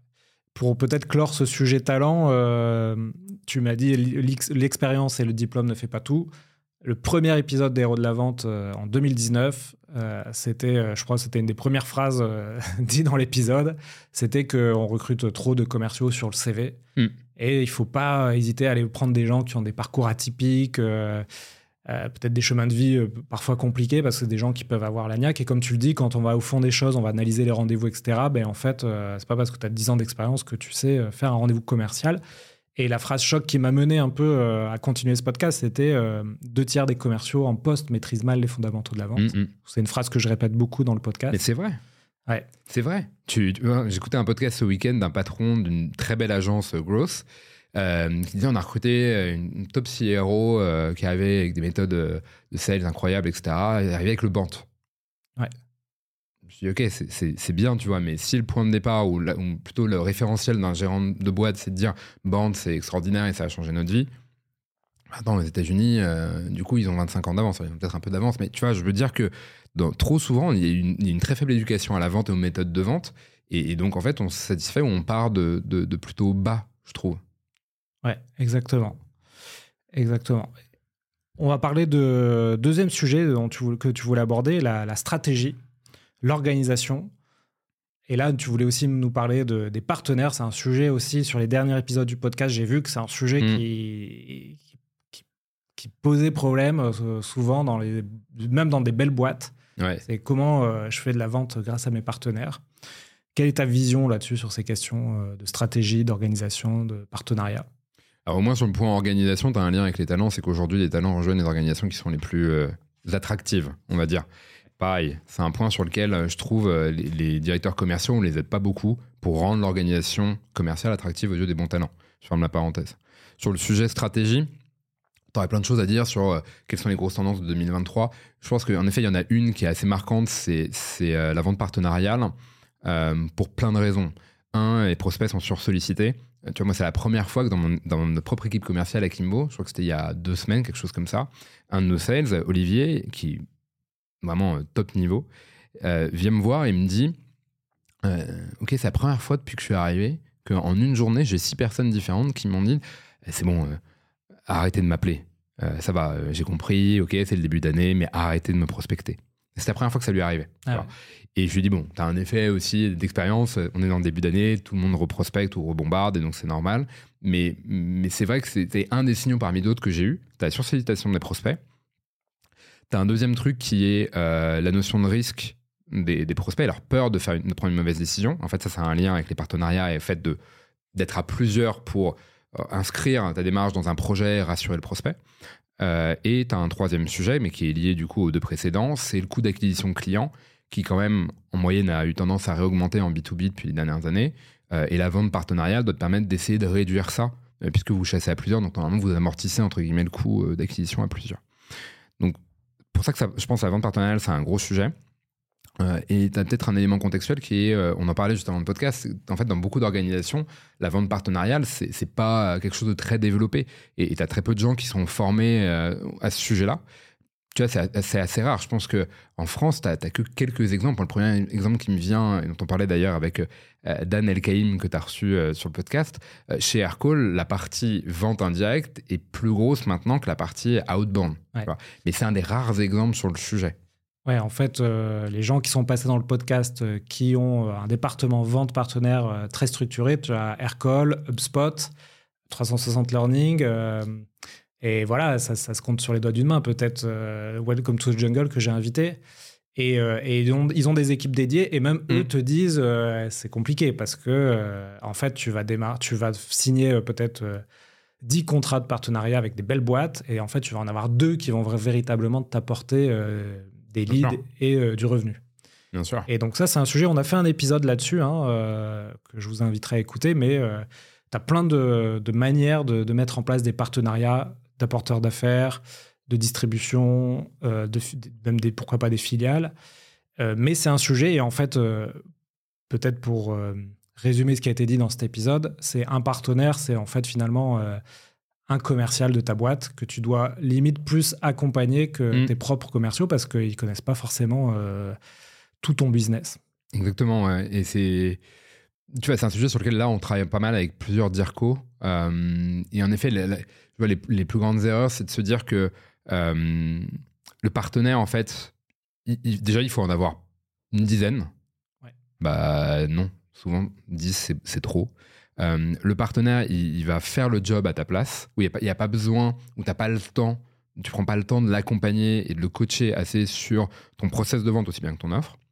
Pour peut-être clore ce sujet talent, euh, tu m'as dit l'ex- l'expérience et le diplôme ne fait pas tout. Le premier épisode des Héros de la Vente euh, en deux mille dix-neuf, euh, c'était, euh, je crois que c'était une des premières phrases euh, dites dans l'épisode, c'était qu'on recrute trop de commerciaux sur le C V. Mm. Et il ne faut pas hésiter à aller prendre des gens qui ont des parcours atypiques, euh, euh, peut-être des chemins de vie euh, parfois compliqués, parce que c'est des gens qui peuvent avoir la niaque. Et comme tu le dis, quand on va au fond des choses, on va analyser les rendez-vous, et cetera, ben, en fait, euh, ce n'est pas parce que tu as dix ans d'expérience que tu sais faire un rendez-vous commercial. Et la phrase choc qui m'a mené un peu euh, à continuer ce podcast, c'était euh, deux tiers des commerciaux en poste maîtrisent mal les fondamentaux de la vente. Mm-hmm. C'est une phrase que je répète beaucoup dans le podcast. Mais c'est vrai. Ouais. C'est vrai. Tu, tu vois, j'écoutais un podcast ce week-end d'un patron d'une très belle agence euh, growth euh, qui disait on a recruté une, une top C R O euh, qui arrivait avec des méthodes euh, de sales incroyables, et cetera. Elle arrivait avec le B A N T. Ouais. Je me suis dit, ok, c'est, c'est, c'est bien, tu vois, mais si le point de départ, ou, la, ou plutôt le référentiel d'un gérant de boîte, c'est de dire B A N T, c'est extraordinaire et ça a changé notre vie. Attends, les États-Unis, euh, du coup, ils ont vingt-cinq ans d'avance, ils ont peut-être un peu d'avance, mais tu vois, je veux dire que dans, trop souvent, il y, a une, il y a une très faible éducation à la vente et aux méthodes de vente, et, et donc, en fait, on se satisfait ou on part de, de, de plutôt bas, je trouve. Ouais, exactement. Exactement. On va parler de deuxième sujet dont tu, que tu voulais aborder, la, la stratégie, l'organisation. Et là, tu voulais aussi nous parler de, des partenaires. C'est un sujet aussi, sur les derniers épisodes du podcast, j'ai vu que c'est un sujet mmh. qui, qui, qui posait problème euh, souvent, dans les, même dans des belles boîtes. Ouais. C'est comment euh, je fais de la vente grâce à mes partenaires. Quelle est ta vision là-dessus, sur ces questions euh, de stratégie, d'organisation, de partenariat ? Alors au moins sur le point organisation, tu as un lien avec les talents, c'est qu'aujourd'hui les talents rejoignent les organisations qui sont les plus euh, attractives, on va dire. Pareil, c'est un point sur lequel je trouve euh, les, les directeurs commerciaux, on les aide pas beaucoup pour rendre l'organisation commerciale attractive aux yeux des bons talents. Je ferme la parenthèse. Sur le sujet stratégie, tu aurais plein de choses à dire sur euh, quelles sont les grosses tendances de deux mille vingt-trois. Je pense qu'en effet, il y en a une qui est assez marquante, c'est, c'est euh, la vente partenariale, euh, pour plein de raisons. Un, les prospects sont sursollicités. Tu vois, moi, c'est la première fois que dans, mon, dans notre propre équipe commerciale à Kimbo, je crois que c'était il y a deux semaines, quelque chose comme ça, un de nos sales, Olivier, qui est vraiment euh, top niveau, euh, vient me voir et me dit euh, « Ok, c'est la première fois depuis que je suis arrivé qu'en une journée, j'ai six personnes différentes qui m'ont dit « C'est bon, euh, arrêtez de m'appeler. Euh, ça va, euh, j'ai compris, ok, c'est le début d'année, mais arrêtez de me prospecter. » C'est la première fois que ça lui arrivait. Ah ouais. Et je lui dis, bon, t'as un effet aussi d'expérience, on est dans le début d'année, tout le monde reprospecte ou rebombarde, et donc c'est normal. Mais, mais c'est vrai que c'était un des signaux parmi d'autres que j'ai eu. T'as la sursollicitation des prospects. T'as un deuxième truc qui est euh, la notion de risque des, des prospects, leur peur de, faire une, de prendre une mauvaise décision. En fait, ça, c'est un lien avec les partenariats et le fait de, d'être à plusieurs pour euh, inscrire ta démarche dans un projet et rassurer le prospect. Euh, et tu as un troisième sujet, mais qui est lié du coup aux deux précédents, c'est le coût d'acquisition client, qui quand même, en moyenne, a eu tendance à réaugmenter en B deux B depuis les dernières années. Euh, et la vente partenariale doit te permettre d'essayer de réduire ça, euh, puisque vous chassez à plusieurs, donc normalement, vous amortissez, entre guillemets, le coût euh, d'acquisition à plusieurs. Donc, pour ça que ça, je pense que la vente partenariale, c'est un gros sujet. Euh, et tu as peut-être un élément contextuel qui est, euh, on en parlait juste avant le podcast, en fait, dans beaucoup d'organisations, la vente partenariale, c'est, c'est pas quelque chose de très développé. Et tu as très peu de gens qui sont formés euh, à ce sujet-là. Tu vois, c'est, c'est assez rare. Je pense qu'en France, tu n'as que quelques exemples. Le premier exemple qui me vient, et dont on parlait d'ailleurs avec euh, Dan Elkaïm, que tu as reçu euh, sur le podcast, euh, chez Aircall, la partie vente indirecte est plus grosse maintenant que la partie outbound. Ouais. Mais c'est un des rares exemples sur le sujet. Ouais, en fait, euh, les gens qui sont passés dans le podcast, euh, qui ont euh, un département vente partenaire euh, très structuré, tu as Aircall, HubSpot, trois cent soixante Learning, euh, et voilà, ça, ça se compte sur les doigts d'une main, peut-être euh, Welcome to the Jungle que j'ai invité. Et, euh, et ils, ont, ils ont des équipes dédiées, et même mmh. eux te disent euh, c'est compliqué parce que euh, en fait, tu vas démarrer, tu vas signer euh, peut-être euh, dix contrats de partenariat avec des belles boîtes, et en fait, tu vas en avoir deux qui vont véritablement t'apporter euh, des leads et euh, du revenu. Bien sûr. Et donc ça, c'est un sujet, on a fait un épisode là-dessus, hein, euh, que je vous inviterai à écouter, mais euh, tu as plein de, de manières de, de mettre en place des partenariats d'apporteurs d'affaires, de distribution, euh, de, même des, pourquoi pas des filiales. Euh, mais c'est un sujet, et en fait, euh, peut-être pour euh, résumer ce qui a été dit dans cet épisode, c'est un partenaire, c'est en fait finalement euh, un commercial de ta boîte que tu dois limite plus accompagner que mmh. tes propres commerciaux, parce qu'ils ne connaissent pas forcément euh, tout ton business. Exactement, ouais. Et c'est... Tu vois, c'est un sujet sur lequel là, on travaille pas mal avec plusieurs DIRCO. Euh, et en effet, la, la, tu vois, les, les plus grandes erreurs, c'est de se dire que Euh, le partenaire, en fait, il, il, déjà, il faut en avoir une dizaine. Ouais. Bah non, souvent, dix, c'est, c'est trop. Euh, le partenaire, il, il va faire le job à ta place, où il n'y a, a pas besoin, où tu n'as pas le temps, tu prends pas le temps de l'accompagner et de le coacher assez sur ton process de vente aussi bien que ton offre.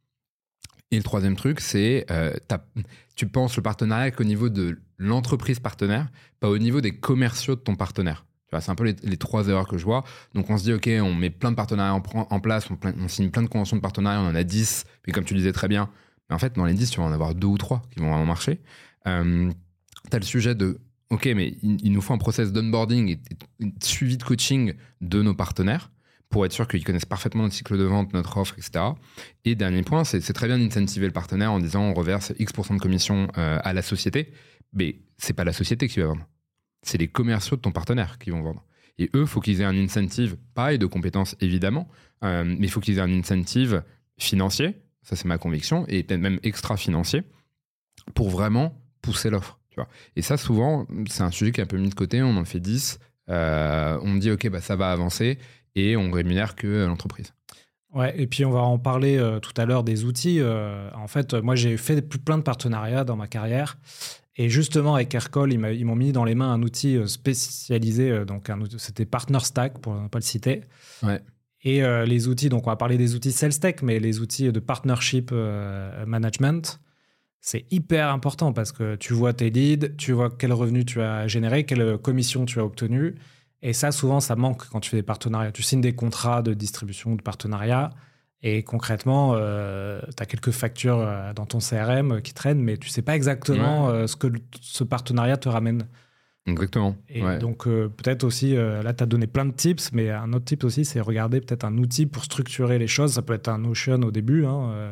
Et le troisième truc, c'est euh, tu penses le partenariat qu'au niveau de l'entreprise partenaire, pas au niveau des commerciaux de ton partenaire. Tu vois, c'est un peu les, les trois erreurs que je vois. Donc on se dit, OK, on met plein de partenariats en, en place, on, plein, on signe plein de conventions de partenariat, on en a dix, puis comme tu disais très bien, mais en fait, dans les dix, tu vas en avoir deux ou trois qui vont vraiment marcher. Euh, tu as le sujet de, OK, mais il, il nous faut un process d'onboarding et, et de suivi de coaching de nos partenaires pour être sûr qu'ils connaissent parfaitement notre cycle de vente, notre offre, et cetera. Et dernier point, c'est, c'est très bien d'incentiver le partenaire en disant on reverse X% de commission euh, à la société, mais c'est pas la société qui va vendre. C'est les commerciaux de ton partenaire qui vont vendre. Et eux, il faut qu'ils aient un incentive, pareil, de compétences évidemment, euh, mais il faut qu'ils aient un incentive financier, ça c'est ma conviction, et peut-être même extra-financier, pour vraiment pousser l'offre. Tu vois. Et ça, souvent, c'est un sujet qui est un peu mis de côté, on en fait dix, euh, on me dit ok, bah, ça va avancer, et on rémunère que l'entreprise. Ouais, et puis on va en parler euh, tout à l'heure des outils. Euh, en fait, moi, j'ai fait plein de partenariats dans ma carrière. Et justement, avec Aircall, ils, ils m'ont mis dans les mains un outil spécialisé. Euh, donc, un, c'était PartnerStack, pour ne pas le citer. Ouais. Et euh, les outils, donc on va parler des outils SalesTech, mais les outils de Partnership euh, Management, c'est hyper important parce que tu vois tes leads, tu vois quel revenu tu as généré, quelle commission tu as obtenue. Et ça, souvent, ça manque quand tu fais des partenariats. Tu signes des contrats de distribution, de partenariat, et concrètement, euh, tu as quelques factures euh, dans ton C R M qui traînent, mais tu ne sais pas exactement ouais. euh, ce que le, ce partenariat te ramène. Exactement. Et ouais. donc, euh, peut-être aussi, euh, là, tu as donné plein de tips, mais un autre tip aussi, c'est regarder peut-être un outil pour structurer les choses. Ça peut être un Notion au début, hein, euh,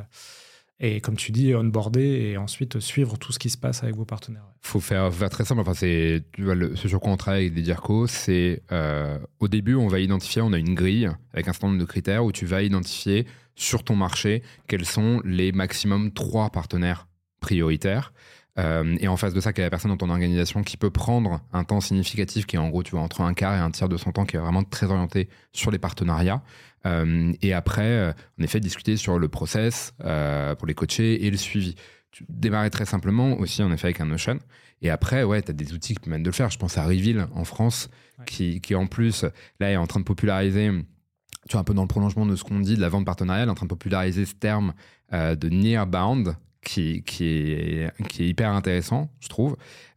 et comme tu dis, onboarder et ensuite suivre tout ce qui se passe avec vos partenaires. Il faut faire, faire très simple. Enfin, c'est, tu vois, le, ce sur quoi on travaille avec des DIRCO, c'est euh, au début, on va identifier, on a une grille avec un certain nombre de critères où tu vas identifier sur ton marché quels sont les maximum trois partenaires prioritaires. Euh, et en face de ça, quelle est la personne dans ton organisation qui peut prendre un temps significatif qui est en gros, tu vois, entre un quart et un tiers de son temps qui est vraiment très orienté sur les partenariats. Euh, et après, euh, en effet, discuter sur le process euh, pour les coacher et le suivi. Tu démarrais très simplement aussi, en effet, avec un Notion. Et après, ouais, tu as des outils qui permettent de le faire. Je pense à Reveal en France, ouais. qui, qui en plus, là, est en train de populariser, tu vois, un peu dans le prolongement de ce qu'on dit de la vente partenariale, en train de populariser ce terme euh, de near-bound, qui, qui, est, qui est hyper intéressant, je trouve.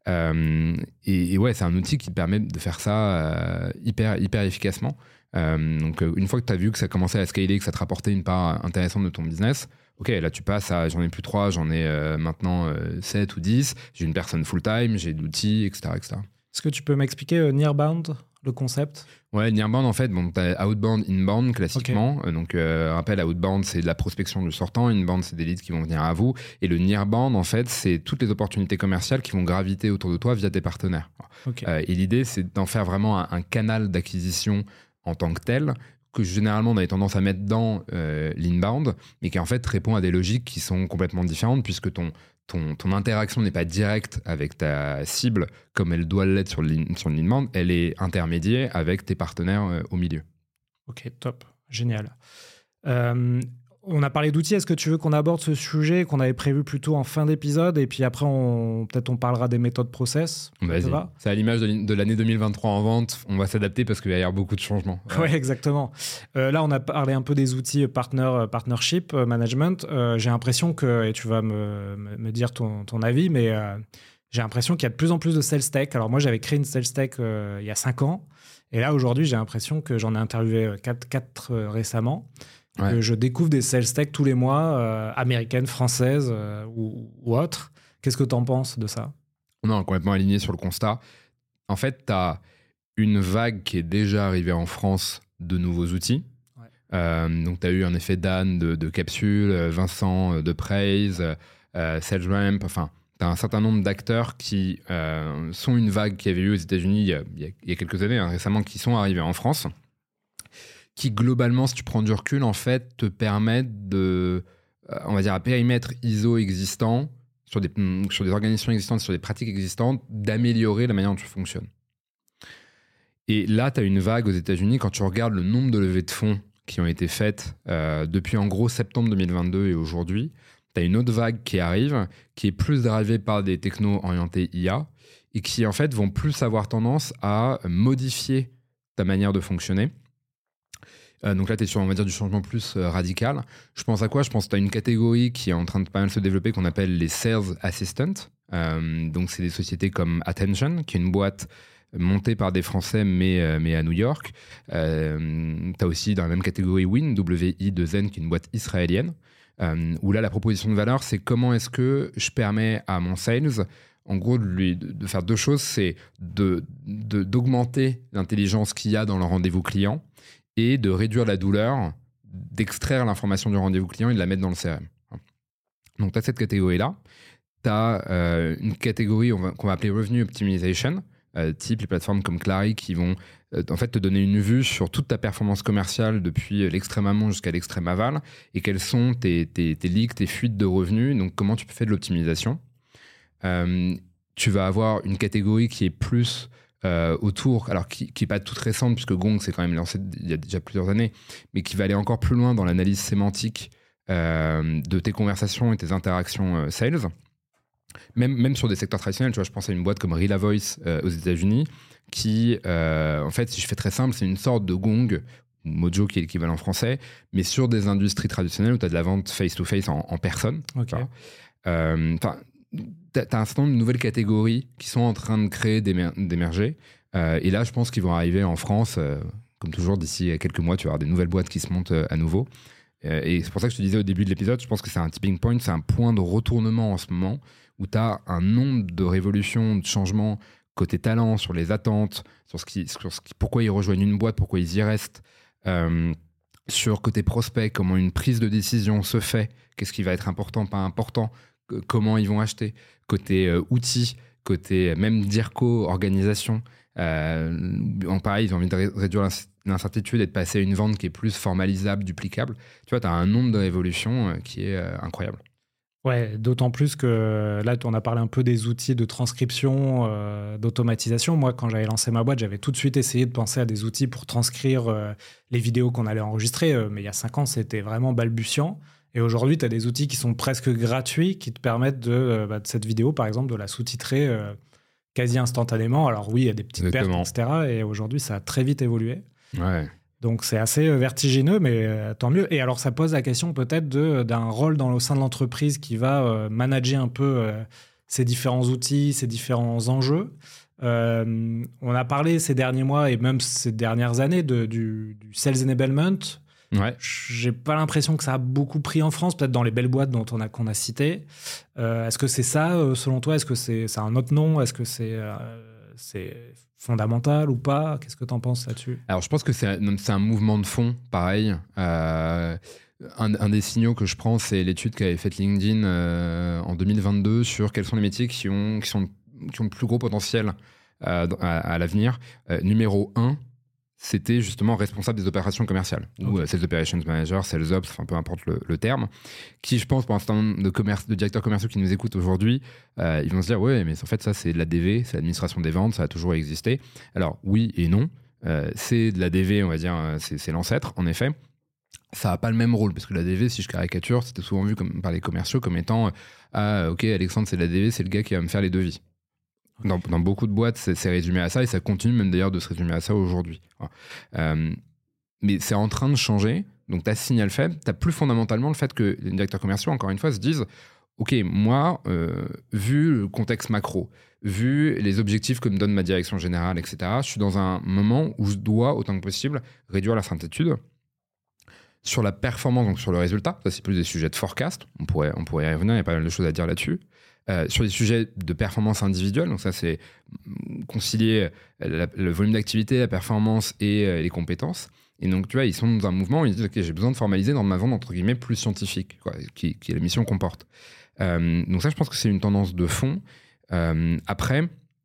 Euh, et, et ouais, c'est un outil qui te permet de faire ça euh, hyper, hyper efficacement. Euh, donc, une fois que tu as vu que ça commençait à scaler, que ça te rapportait une part intéressante de ton business, ok, là tu passes à j'en ai plus trois, j'en ai euh, maintenant euh, sept ou dix, j'ai une personne full-time, j'ai de l'outil, et cetera, et cetera. Est-ce que tu peux m'expliquer euh, Nearbound, le concept ? Ouais, Nearbound, en fait, bon, tu as outbound, inbound, classiquement. Okay. Donc, euh, rappel, outbound, c'est de la prospection du sortant. Inbound, c'est des leads qui vont venir à vous. Et le nearbound, en fait, c'est toutes les opportunités commerciales qui vont graviter autour de toi via tes partenaires. Okay. Euh, et l'idée, c'est d'en faire vraiment un, un canal d'acquisition en tant que tel, que généralement on avait tendance à mettre dans euh, l'inbound, mais qui en fait répond à des logiques qui sont complètement différentes, puisque ton, ton, ton interaction n'est pas directe avec ta cible comme elle doit l'être sur, sur l'inbound, elle est intermédiaire avec tes partenaires euh, au milieu. Ok, top, génial. Euh, on a parlé d'outils, est-ce que tu veux qu'on aborde ce sujet qu'on avait prévu plutôt en fin d'épisode, et puis après on, peut-être on parlera des méthodes process. Vas-y, c'est à l'image de, de l'année deux mille vingt-trois en vente, on va s'adapter parce qu'il va y avoir beaucoup de changements. Ouais, ouais exactement. Euh, là on a parlé un peu des outils partner, partnership management. Euh, j'ai l'impression que, et tu vas me, me dire ton, ton avis, mais euh, j'ai l'impression qu'il y a de plus en plus de sales tech. Alors moi j'avais créé une sales tech euh, il y a cinq ans, et là aujourd'hui j'ai l'impression que j'en ai interviewé quatre euh, récemment. Ouais. Je découvre des sales tech tous les mois, euh, américaines, françaises euh, ou, ou autres. Qu'est-ce que tu en penses de ça ? Non, complètement aligné sur le constat. En fait, tu as une vague qui est déjà arrivée en France de nouveaux outils. Ouais. Euh, donc, tu as eu un effet Dan de, de Capsule, Vincent de Praise, euh, SalesRamp. Enfin, tu as un certain nombre d'acteurs qui euh, sont une vague qui avait eu aux États-Unis il y a, il y a, il y a quelques années, hein, récemment, qui sont arrivés en France, qui globalement, si tu prends du recul, en fait, te permettent de, euh, on va dire, à périmètre I S O existant, sur des, sur des organisations existantes, sur des pratiques existantes, d'améliorer la manière dont tu fonctionnes. Et là, tu as une vague aux États-Unis quand tu regardes le nombre de levées de fonds qui ont été faites euh, depuis en gros septembre deux mille vingt-deux et aujourd'hui. Tu as une autre vague qui arrive, qui est plus drivée par des technos orientés I A et qui en fait vont plus avoir tendance à modifier ta manière de fonctionner. Euh, donc là, tu es sur, on va dire, du changement plus euh, radical. Je pense à quoi ? Je pense que tu as une catégorie qui est en train de pas mal se développer qu'on appelle les Sales Assistants. Euh, donc c'est des sociétés comme Attention, qui est une boîte montée par des Français, mais, euh, mais à New York. Euh, tu as aussi dans la même catégorie Win, W I deux N, qui est une boîte israélienne. Euh, où là, la proposition de valeur, c'est comment est-ce que je permets à mon sales, en gros, de, lui, de, de faire deux choses. C'est de, de, d'augmenter l'intelligence qu'il y a dans le rendez-vous client et de réduire la douleur, d'extraire l'information du rendez-vous client et de la mettre dans le C R M. Donc, tu as cette catégorie-là. Tu as euh, une catégorie on va, qu'on va appeler Revenue Optimization, euh, type les plateformes comme Clari qui vont euh, en fait te donner une vue sur toute ta performance commerciale depuis l'extrême amont jusqu'à l'extrême aval et quels sont tes, tes, tes leaks, tes fuites de revenus, donc comment tu peux faire de l'optimisation. Euh, tu vas avoir une catégorie qui est plus euh, autour, alors qui n'est pas toute récente puisque Gong c'est quand même lancé il y a déjà plusieurs années, mais qui va aller encore plus loin dans l'analyse sémantique euh, de tes conversations et tes interactions euh, sales. Même, même sur des secteurs traditionnels, tu vois, je pense à une boîte comme Rila Voice euh, aux États-Unis qui, euh, en fait, si je fais très simple, c'est une sorte de Gong, Mojo qui est l'équivalent français, mais sur des industries traditionnelles où tu as de la vente face-to-face en, en personne. Ok. Enfin, euh, tu as un certain nombre de nouvelles catégories qui sont en train de créer, d'émer- d'émerger. Euh, et là, je pense qu'ils vont arriver en France, euh, comme toujours, d'ici quelques mois, tu vas avoir des nouvelles boîtes qui se montent euh, à nouveau. Euh, et c'est pour ça que je te disais au début de l'épisode, je pense que c'est un tipping point, c'est un point de retournement en ce moment où tu as un nombre de révolutions, de changements côté talent, sur les attentes, sur, ce qui, sur ce qui, pourquoi ils rejoignent une boîte, pourquoi ils y restent, euh, sur côté prospect, comment une prise de décision se fait, qu'est-ce qui va être important, pas important, que, comment ils vont acheter, côté euh, outils, côté même DIRCO, organisation. Euh, en pareil, ils ont envie de ré- réduire l'incertitude et de passer à une vente qui est plus formalisable, duplicable. Tu vois, tu as un nombre de révolutions euh, qui est euh, incroyable. Ouais, d'autant plus que là, on a parlé un peu des outils de transcription, euh, d'automatisation. Moi, quand j'avais lancé ma boîte, j'avais tout de suite essayé de penser à des outils pour transcrire euh, les vidéos qu'on allait enregistrer. Euh, mais il y a cinq ans, c'était vraiment balbutiant. Et aujourd'hui, tu as des outils qui sont presque gratuits, qui te permettent de, euh, bah, de cette vidéo, par exemple, de la sous-titrer euh, quasi instantanément. Alors oui, il y a des petites Exactement. pertes, et cetera. Et aujourd'hui, ça a très vite évolué. Ouais. Donc c'est assez vertigineux, mais euh, tant mieux. Et alors ça pose la question peut-être de, d'un rôle dans, au sein de l'entreprise qui va euh, manager un peu euh, ces différents outils, ces différents enjeux. Euh, on a parlé ces derniers mois et même ces dernières années de, du, du sales enablement. Ouais. J'ai pas l'impression que ça a beaucoup pris en France, peut-être dans les belles boîtes dont on a, qu'on a citées. Euh, est-ce que c'est ça, euh, selon toi ? Est-ce que c'est, c'est un autre nom ? Est-ce que c'est... Euh, c'est fondamental ou pas ? Qu'est-ce que tu en penses là-dessus ? Alors, je pense que c'est un, c'est un mouvement de fond, pareil. Euh, un, un des signaux que je prends, c'est l'étude qu'avait faite LinkedIn euh, en deux mille vingt-deux sur quels sont les métiers qui ont, qui sont, qui ont le plus gros potentiel euh, à, à l'avenir. Euh, numéro un, c'était justement responsable des opérations commerciales, okay. ou euh, Sales Operations Manager, Sales Ops, enfin peu importe le, le terme, qui je pense pour un certain nombre de, commerce, de directeurs commerciaux qui nous écoutent aujourd'hui, euh, ils vont se dire ouais mais en fait ça c'est de la D V, c'est l'administration des ventes, ça a toujours existé. Alors oui et non, euh, c'est de la D V on va dire, c'est, c'est l'ancêtre en effet. Ça n'a pas le même rôle, parce que la D V, si je caricature, c'était souvent vu comme, par les commerciaux comme étant euh, ah ok Alexandre c'est de la D V, c'est le gars qui va me faire les devis. Dans, dans beaucoup de boîtes, c'est, c'est résumé à ça et ça continue même d'ailleurs de se résumer à ça aujourd'hui. Euh, mais c'est en train de changer. Donc, tu as ce signal faible. Tu as plus fondamentalement le fait que les directeurs commerciaux, encore une fois, se disent ok, moi, euh, vu le contexte macro, vu les objectifs que me donne ma direction générale, et cetera, je suis dans un moment où je dois, autant que possible, réduire l'incertitude sur la performance, donc sur le résultat. Ça, c'est plus des sujets de forecast. On pourrait, on pourrait y revenir. Il y a pas mal de choses à dire là-dessus. Euh, sur les sujets de performance individuelle, donc ça c'est concilier la, le volume d'activité, la performance et euh, les compétences. Et donc tu vois, ils sont dans un mouvement où ils disent ok, j'ai besoin de formaliser dans ma vente entre guillemets plus scientifique, quoi, qui, qui est la mission qu'on porte. Euh, donc ça, je pense que c'est une tendance de fond. Euh, après,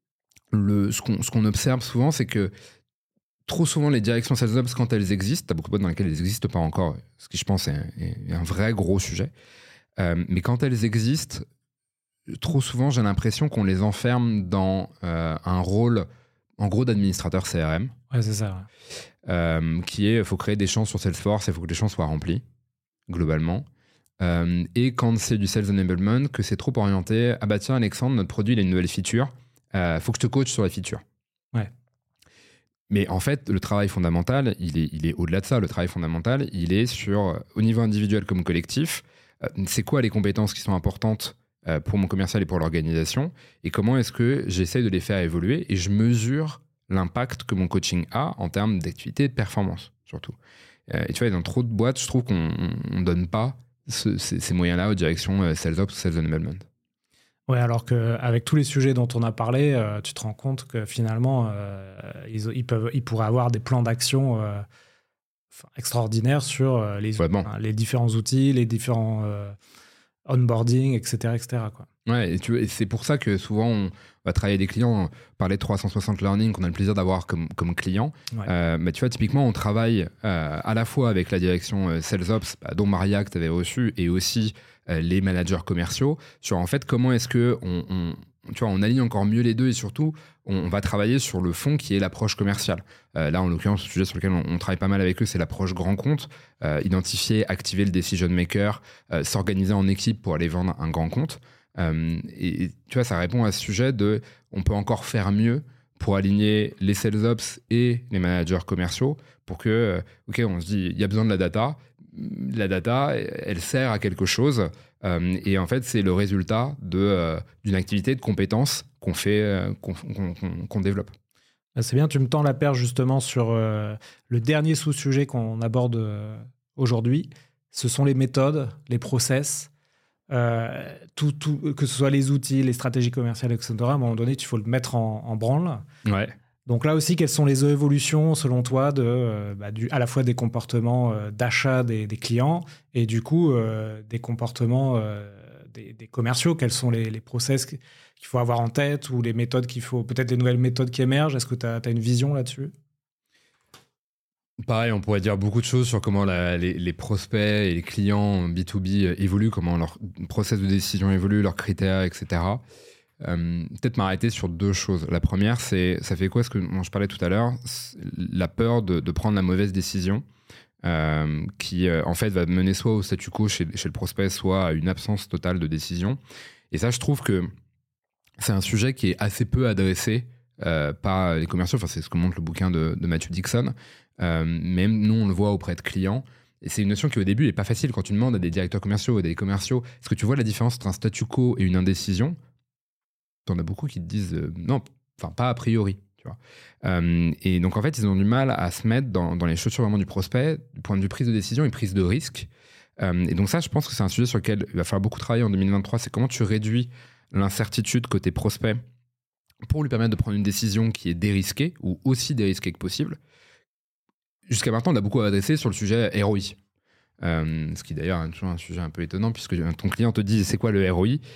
le, ce, qu'on, ce qu'on observe souvent, c'est que trop souvent les directions sales ops, quand elles existent, t'as beaucoup de boîtes dans lesquelles elles n'existent pas encore, ce qui je pense est, est un vrai gros sujet. Euh, mais quand elles existent, trop souvent, j'ai l'impression qu'on les enferme dans euh, un rôle en gros d'administrateur C R M. Ouais, c'est ça. Ouais. Euh, qui est, il faut créer des champs sur Salesforce, il faut que les champs soient remplis, globalement. Euh, et quand c'est du Sales Enablement, que c'est trop orienté, ah bah tiens Alexandre, notre produit il a une nouvelle feature, euh, faut que je te coach sur la feature. Ouais. Mais en fait, le travail fondamental, il est, il est au-delà de ça. Le travail fondamental, il est sur, au niveau individuel comme collectif, euh, c'est quoi les compétences qui sont importantes euh, pour mon commercial et pour l'organisation, et comment est-ce que j'essaie de les faire évoluer, et je mesure l'impact que mon coaching a en termes d'activité et de performance, surtout. Euh, et tu vois, dans trop de boîtes, je trouve qu'on ne donne pas ce, ces, ces moyens-là aux directions euh, Sales Ops ou Sales Enablement. Ouais, alors qu'avec tous les sujets dont on a parlé, euh, tu te rends compte que finalement, euh, ils, ils, peuvent, ils pourraient avoir des plans d'action euh, extraordinaires sur euh, les, ouais, bon. hein, les différents outils, les différents euh, onboarding, et cetera, et cetera, quoi. Ouais, et, tu, et c'est pour ça que souvent on va travailler avec des clients, parler de trois cent soixante Learning qu'on a le plaisir d'avoir comme, comme client. Ouais. Euh, mais tu vois, typiquement, on travaille euh, à la fois avec la direction euh, Sales Ops, bah, dont Maria que tu avais reçu, et aussi euh, les managers commerciaux, sur en fait comment est-ce que on, on, tu vois, on aligne encore mieux les deux, et surtout, on, on va travailler sur le fond qui est l'approche commerciale. Euh, là, en l'occurrence, le sujet sur lequel on, on travaille pas mal avec eux, c'est l'approche grand compte. Euh, identifier, activer le decision maker, euh, s'organiser en équipe pour aller vendre un grand compte. Euh, et tu vois, ça répond à ce sujet de on peut encore faire mieux pour aligner les sales ops et les managers commerciaux pour que, euh, ok, on se dit, il y a besoin de la data. La data, elle sert à quelque chose. Euh, et en fait, c'est le résultat de, euh, d'une activité de compétences qu'on fait, euh, qu'on, qu'on, qu'on, qu'on développe. C'est bien, tu me tends la perche justement sur euh, le dernier sous-sujet qu'on aborde euh, aujourd'hui. Ce sont les méthodes, les process. Euh, tout, tout, que ce soit les outils, les stratégies commerciales, et cetera. À un moment donné, il faut le mettre en, en branle. Ouais. Donc là aussi, quelles sont les évolutions, selon toi, de, euh, bah, du, à la fois des comportements euh, d'achat des, des clients et du coup, euh, des comportements euh, des, des commerciaux? Quels sont les, les process qu'il faut avoir en tête ou les méthodes qu'il faut, peut-être les nouvelles méthodes qui émergent? Est-ce que tu as une vision là-dessus? Pareil, on pourrait dire beaucoup de choses sur comment la, les, les prospects et les clients B deux B évoluent, comment leur process de décision évolue, leurs critères, et cetera. Euh, peut-être m'arrêter sur deux choses. La première, c'est, ça fait quoi ce que dont je parlais tout à l'heure, la peur de, de prendre la mauvaise décision euh, qui, euh, en fait, va mener soit au statu quo chez, chez le prospect, soit à une absence totale de décision. Et ça, je trouve que c'est un sujet qui est assez peu adressé euh, par les commerciaux. Enfin, c'est ce que montre le bouquin de, de Matthew Dixon. Euh, même nous, on le voit auprès de clients. Et c'est une notion qui, au début, n'est pas facile. Quand tu demandes à des directeurs commerciaux ou à des commerciaux, est-ce que tu vois la différence entre un statu quo et une indécision? T'en as beaucoup qui te disent euh, non, enfin, pas a priori. Tu vois. Euh, et donc, en fait, ils ont du mal à se mettre dans, dans les chaussures vraiment du prospect, du point de vue prise de décision et prise de risque. Euh, et donc, ça, je pense que c'est un sujet sur lequel il va falloir beaucoup travailler en deux mille vingt-trois. C'est comment tu réduis l'incertitude côté prospect pour lui permettre de prendre une décision qui est dérisquée ou aussi dérisquée que possible. Jusqu'à maintenant, on a beaucoup adressé sur le sujet R O I. Euh, ce qui d'ailleurs est toujours un sujet un peu étonnant puisque ton client te dit c'est quoi le R O I.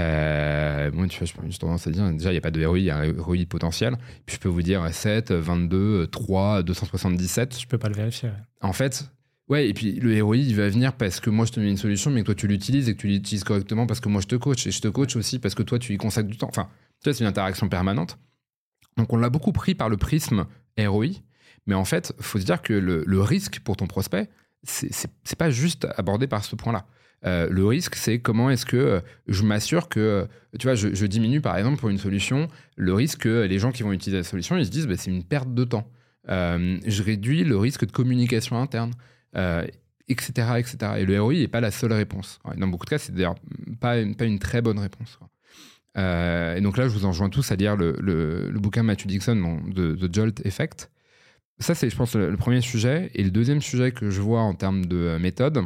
euh, Moi, tu vois, j'ai tendance à dire déjà il n'y a pas de R O I, il y a un R O I potentiel. Puis je peux vous dire sept, vingt-deux, trois, deux cent soixante-dix-sept. Je peux pas le vérifier. Ouais. En fait, ouais, et puis le R O I il va venir parce que moi je te mets une solution, mais que toi tu l'utilises et que tu l'utilises correctement parce que moi je te coach et je te coach aussi parce que toi tu y consacres du temps. Enfin, tu vois, c'est une interaction permanente. Donc on l'a beaucoup pris par le prisme R O I. Mais en fait, il faut se dire que le, le risque pour ton prospect, c'est, c'est, c'est pas juste abordé par ce point-là. Euh, le risque, c'est comment est-ce que euh, je m'assure que, euh, tu vois, je, je diminue par exemple pour une solution le risque que les gens qui vont utiliser la solution, ils se disent bah, c'est une perte de temps. Euh, je réduis le risque de communication interne, euh, et cetera, et cetera. Et le R O I n'est pas la seule réponse. Dans beaucoup de cas, c'est d'ailleurs pas une, pas une très bonne réponse. Euh, et donc là, je vous enjoins tous à lire le, le, le bouquin Matthew Dixon de The Jolt Effect. Ça, c'est, je pense, le, le premier sujet. Et le deuxième sujet que je vois en termes de euh, méthode,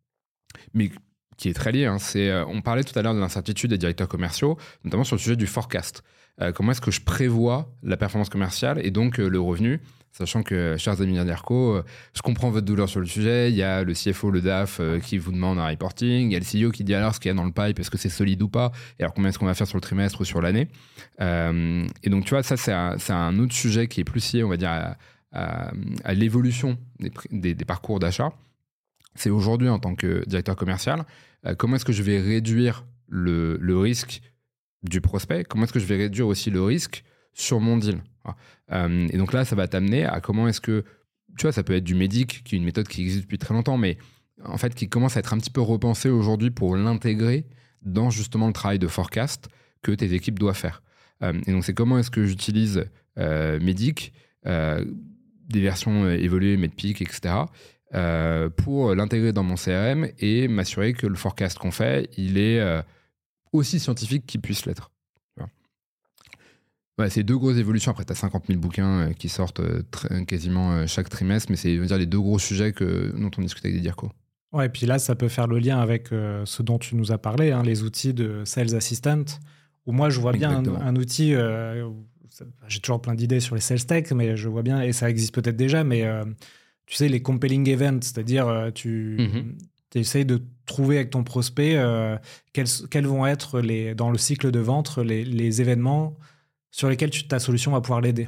mais qui est très lié, hein, c'est, euh, on parlait tout à l'heure de l'incertitude des directeurs commerciaux, notamment sur le sujet du forecast. Euh, comment est-ce que je prévois la performance commerciale et donc euh, le revenu, sachant que, chers amis d'Erco, euh, je comprends votre douleur sur le sujet. Il y a le C F O, le D A F euh, qui vous demande un reporting. Il y a le C E O qui dit alors ce qu'il y a dans le pipe, est-ce que c'est solide ou pas, et alors combien est-ce qu'on va faire sur le trimestre ou sur l'année. Euh, et donc, tu vois, ça, c'est un, c'est un autre sujet qui est plus lié, on va dire, à, À, à l'évolution des, des, des parcours d'achat. C'est aujourd'hui, en tant que directeur commercial, euh, comment est-ce que je vais réduire le, le risque du prospect? Comment est-ce que je vais réduire aussi le risque sur mon deal. Euh, et donc là, ça va t'amener à comment est-ce que, tu vois, ça peut être du Médic, qui est une méthode qui existe depuis très longtemps, mais en fait, qui commence à être un petit peu repensée aujourd'hui pour l'intégrer dans justement le travail de forecast que tes équipes doivent faire. Euh, et donc, c'est comment est-ce que j'utilise euh, Médic, euh, des versions évoluées, Medpeak, et cetera, euh, pour l'intégrer dans mon C R M et m'assurer que le forecast qu'on fait, il est euh, aussi scientifique qu'il puisse l'être. Ouais, c'est deux grosses évolutions. Après, tu as cinquante mille bouquins euh, qui sortent euh, tr- quasiment euh, chaque trimestre, mais c'est, je veux dire, les deux gros sujets que, dont on discute avec des dircos. Ouais, et puis là, ça peut faire le lien avec euh, ce dont tu nous as parlé, hein, les outils de Sales Assistant, où moi, je vois bien un, un outil, euh, où, ça, j'ai toujours plein d'idées sur les sales tech, mais je vois bien, et ça existe peut-être déjà, mais euh, tu sais, les compelling events, c'est-à-dire euh, tu mm-hmm. essayes de trouver avec ton prospect euh, quels, quels vont être, les, dans le cycle de vente, les, les événements sur lesquels tu, ta solution va pouvoir l'aider.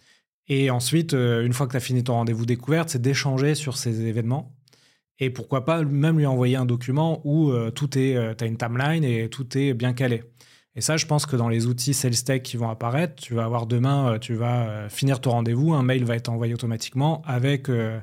Et ensuite, euh, une fois que tu as fini ton rendez-vous découverte, c'est d'échanger sur ces événements. Et pourquoi pas même lui envoyer un document où euh, tout est, euh, tu as une timeline et tout est bien calé. Et ça, je pense que dans les outils Sales Tech qui vont apparaître, tu vas avoir demain, euh, tu vas euh, finir ton rendez-vous, un mail va être envoyé automatiquement avec euh,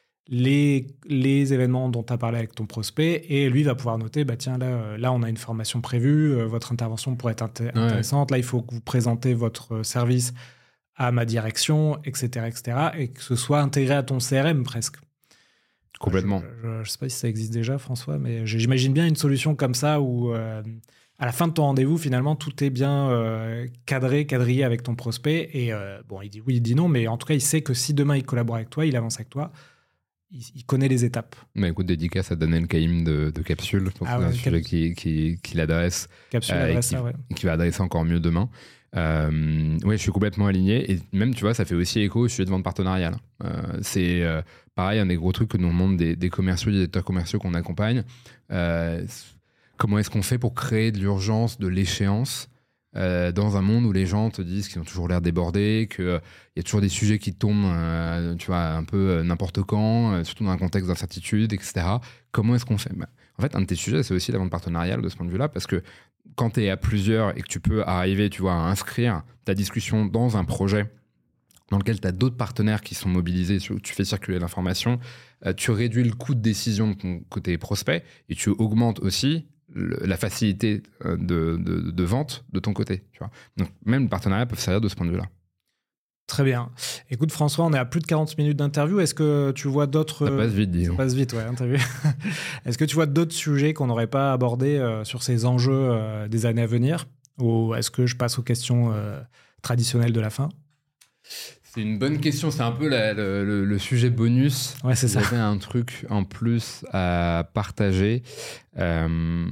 les, les événements dont tu as parlé avec ton prospect, et lui va pouvoir noter, bah tiens, là, là on a une formation prévue, euh, votre intervention pourrait être inté- intéressante, ouais. Là il faut que vous présentez votre service à ma direction, et cetera, et cetera, et que ce soit intégré à ton C R M presque. Complètement. Je ne sais pas si ça existe déjà, François, mais j'imagine bien une solution comme ça où euh, à la fin de ton rendez-vous, finalement, tout est bien euh, cadré, quadrillé avec ton prospect, et euh, bon, il dit oui, il dit non, mais en tout cas, il sait que si demain il collabore avec toi, il avance avec toi, il, il connaît les étapes. Mais écoute, dédicace à Daniel Caïm de, de Capsule, pour ah ouais, un sujet cap... qui, qui, qui l'adresse. Capsule euh, adresse qui, ça, ouais. Qui va adresser encore mieux demain. Euh, oui, je suis complètement aligné. Et même, tu vois, ça fait aussi écho au sujet de vente partenariale. Euh, c'est euh, pareil, un des gros trucs que nous montrent des, des commerciaux, des directeurs commerciaux qu'on accompagne. Euh, comment est-ce qu'on fait pour créer de l'urgence, de l'échéance Euh, dans un monde où les gens te disent qu'ils ont toujours l'air débordés, qu'il euh, y a toujours des sujets qui tombent euh, tu vois, un peu euh, n'importe quand, euh, surtout dans un contexte d'incertitude, et cetera. Comment est-ce qu'on fait ? bah, En fait, un de tes sujets, c'est aussi la vente partenariale de ce point de vue-là, parce que quand tu es à plusieurs et que tu peux arriver tu vois, à inscrire ta discussion dans un projet dans lequel tu as d'autres partenaires qui sont mobilisés, tu fais circuler l'information, euh, tu réduis le coût de décision de ton côté prospect et tu augmentes aussi Le, la facilité de, de, de vente de ton côté. Tu vois. Donc, même les partenariats peuvent servir de ce point de vue-là. Très bien. Écoute, François, on est à plus de quarante minutes d'interview. Est-ce que tu vois d'autres... Ça passe vite, disons. Ça passe vite, ouais, hein, t'as vu. Est-ce que tu vois d'autres sujets qu'on n'aurait pas abordés euh, sur ces enjeux euh, des années à venir ? Ou est-ce que je passe aux questions euh, traditionnelles de la fin ? C'est une bonne question. C'est un peu la, le, le, le sujet bonus. Ouais, c'est ça. J'avais un truc en plus à partager. Euh...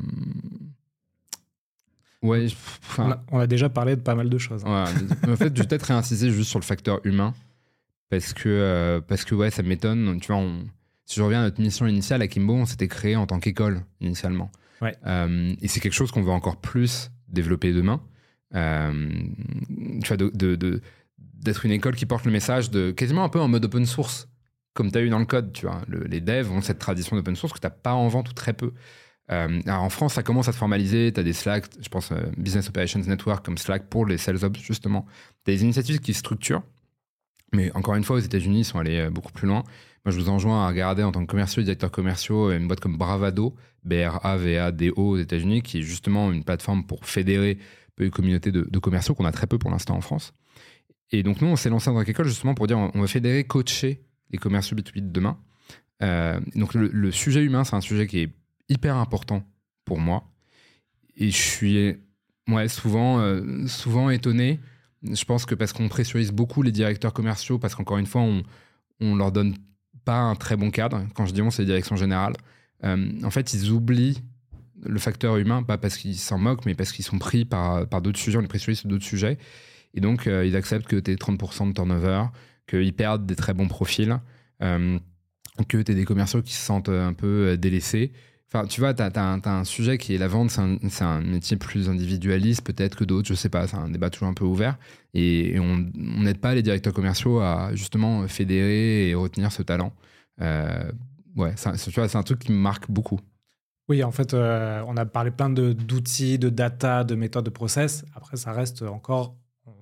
Ouais, on a, on a déjà parlé de pas mal de choses. Hein. Ouais, en fait, je vais peut-être réinsister juste sur le facteur humain. Parce que, euh, parce que ouais, ça m'étonne. Tu vois, on... si je reviens à notre mission initiale, à Kimbo, on s'était créé en tant qu'école, initialement. Ouais. Euh, et c'est quelque chose qu'on veut encore plus développer demain. Euh, tu vois, de... de, de d'être une école qui porte le message de quasiment un peu en mode open source, comme tu as eu dans le code, tu vois. Le, les devs ont cette tradition d'open source que tu n'as pas en vente ou très peu. Euh, alors en France, ça commence à se formaliser, tu as des Slack, je pense euh, Business Operations Network comme Slack pour les Sales Ops, justement. Tu as des initiatives qui se structurent, mais encore une fois, aux États-Unis, ils sont allés euh, beaucoup plus loin. Moi, je vous enjoins à regarder en tant que commerciaux et directeurs commerciaux une boîte comme Bravado, B R A V A D O aux États-Unis, qui est justement une plateforme pour fédérer une communauté de, de commerciaux qu'on a très peu pour l'instant en France. Et donc, nous, on s'est lancé dans quelque chose justement pour dire on va fédérer, coacher les commerciaux B deux B de demain. Euh, donc, le, le sujet humain, c'est un sujet qui est hyper important pour moi. Et je suis ouais, souvent, euh, souvent étonné. Je pense que parce qu'on pressurise beaucoup les directeurs commerciaux, parce qu'encore une fois, on ne leur donne pas un très bon cadre. Quand je dis on, c'est les directions générales. Euh, en fait, ils oublient le facteur humain, pas parce qu'ils s'en moquent, mais parce qu'ils sont pris par, par d'autres sujets, on les pressurise sur d'autres sujets. Et donc, euh, ils acceptent que tu aies trente pour cent de turnover, qu'ils perdent des très bons profils, euh, que tu aies des commerciaux qui se sentent un peu délaissés. Enfin, tu vois, tu as un, un sujet qui est la vente, c'est un, c'est un métier plus individualiste peut-être que d'autres, je sais pas, c'est un débat toujours un peu ouvert. Et, et on n'aide pas les directeurs commerciaux à justement fédérer et retenir ce talent. Euh, ouais, c'est, tu vois, c'est un truc qui me marque beaucoup. Oui, en fait, euh, on a parlé plein de, d'outils, de data, de méthodes, de process. Après, ça reste encore...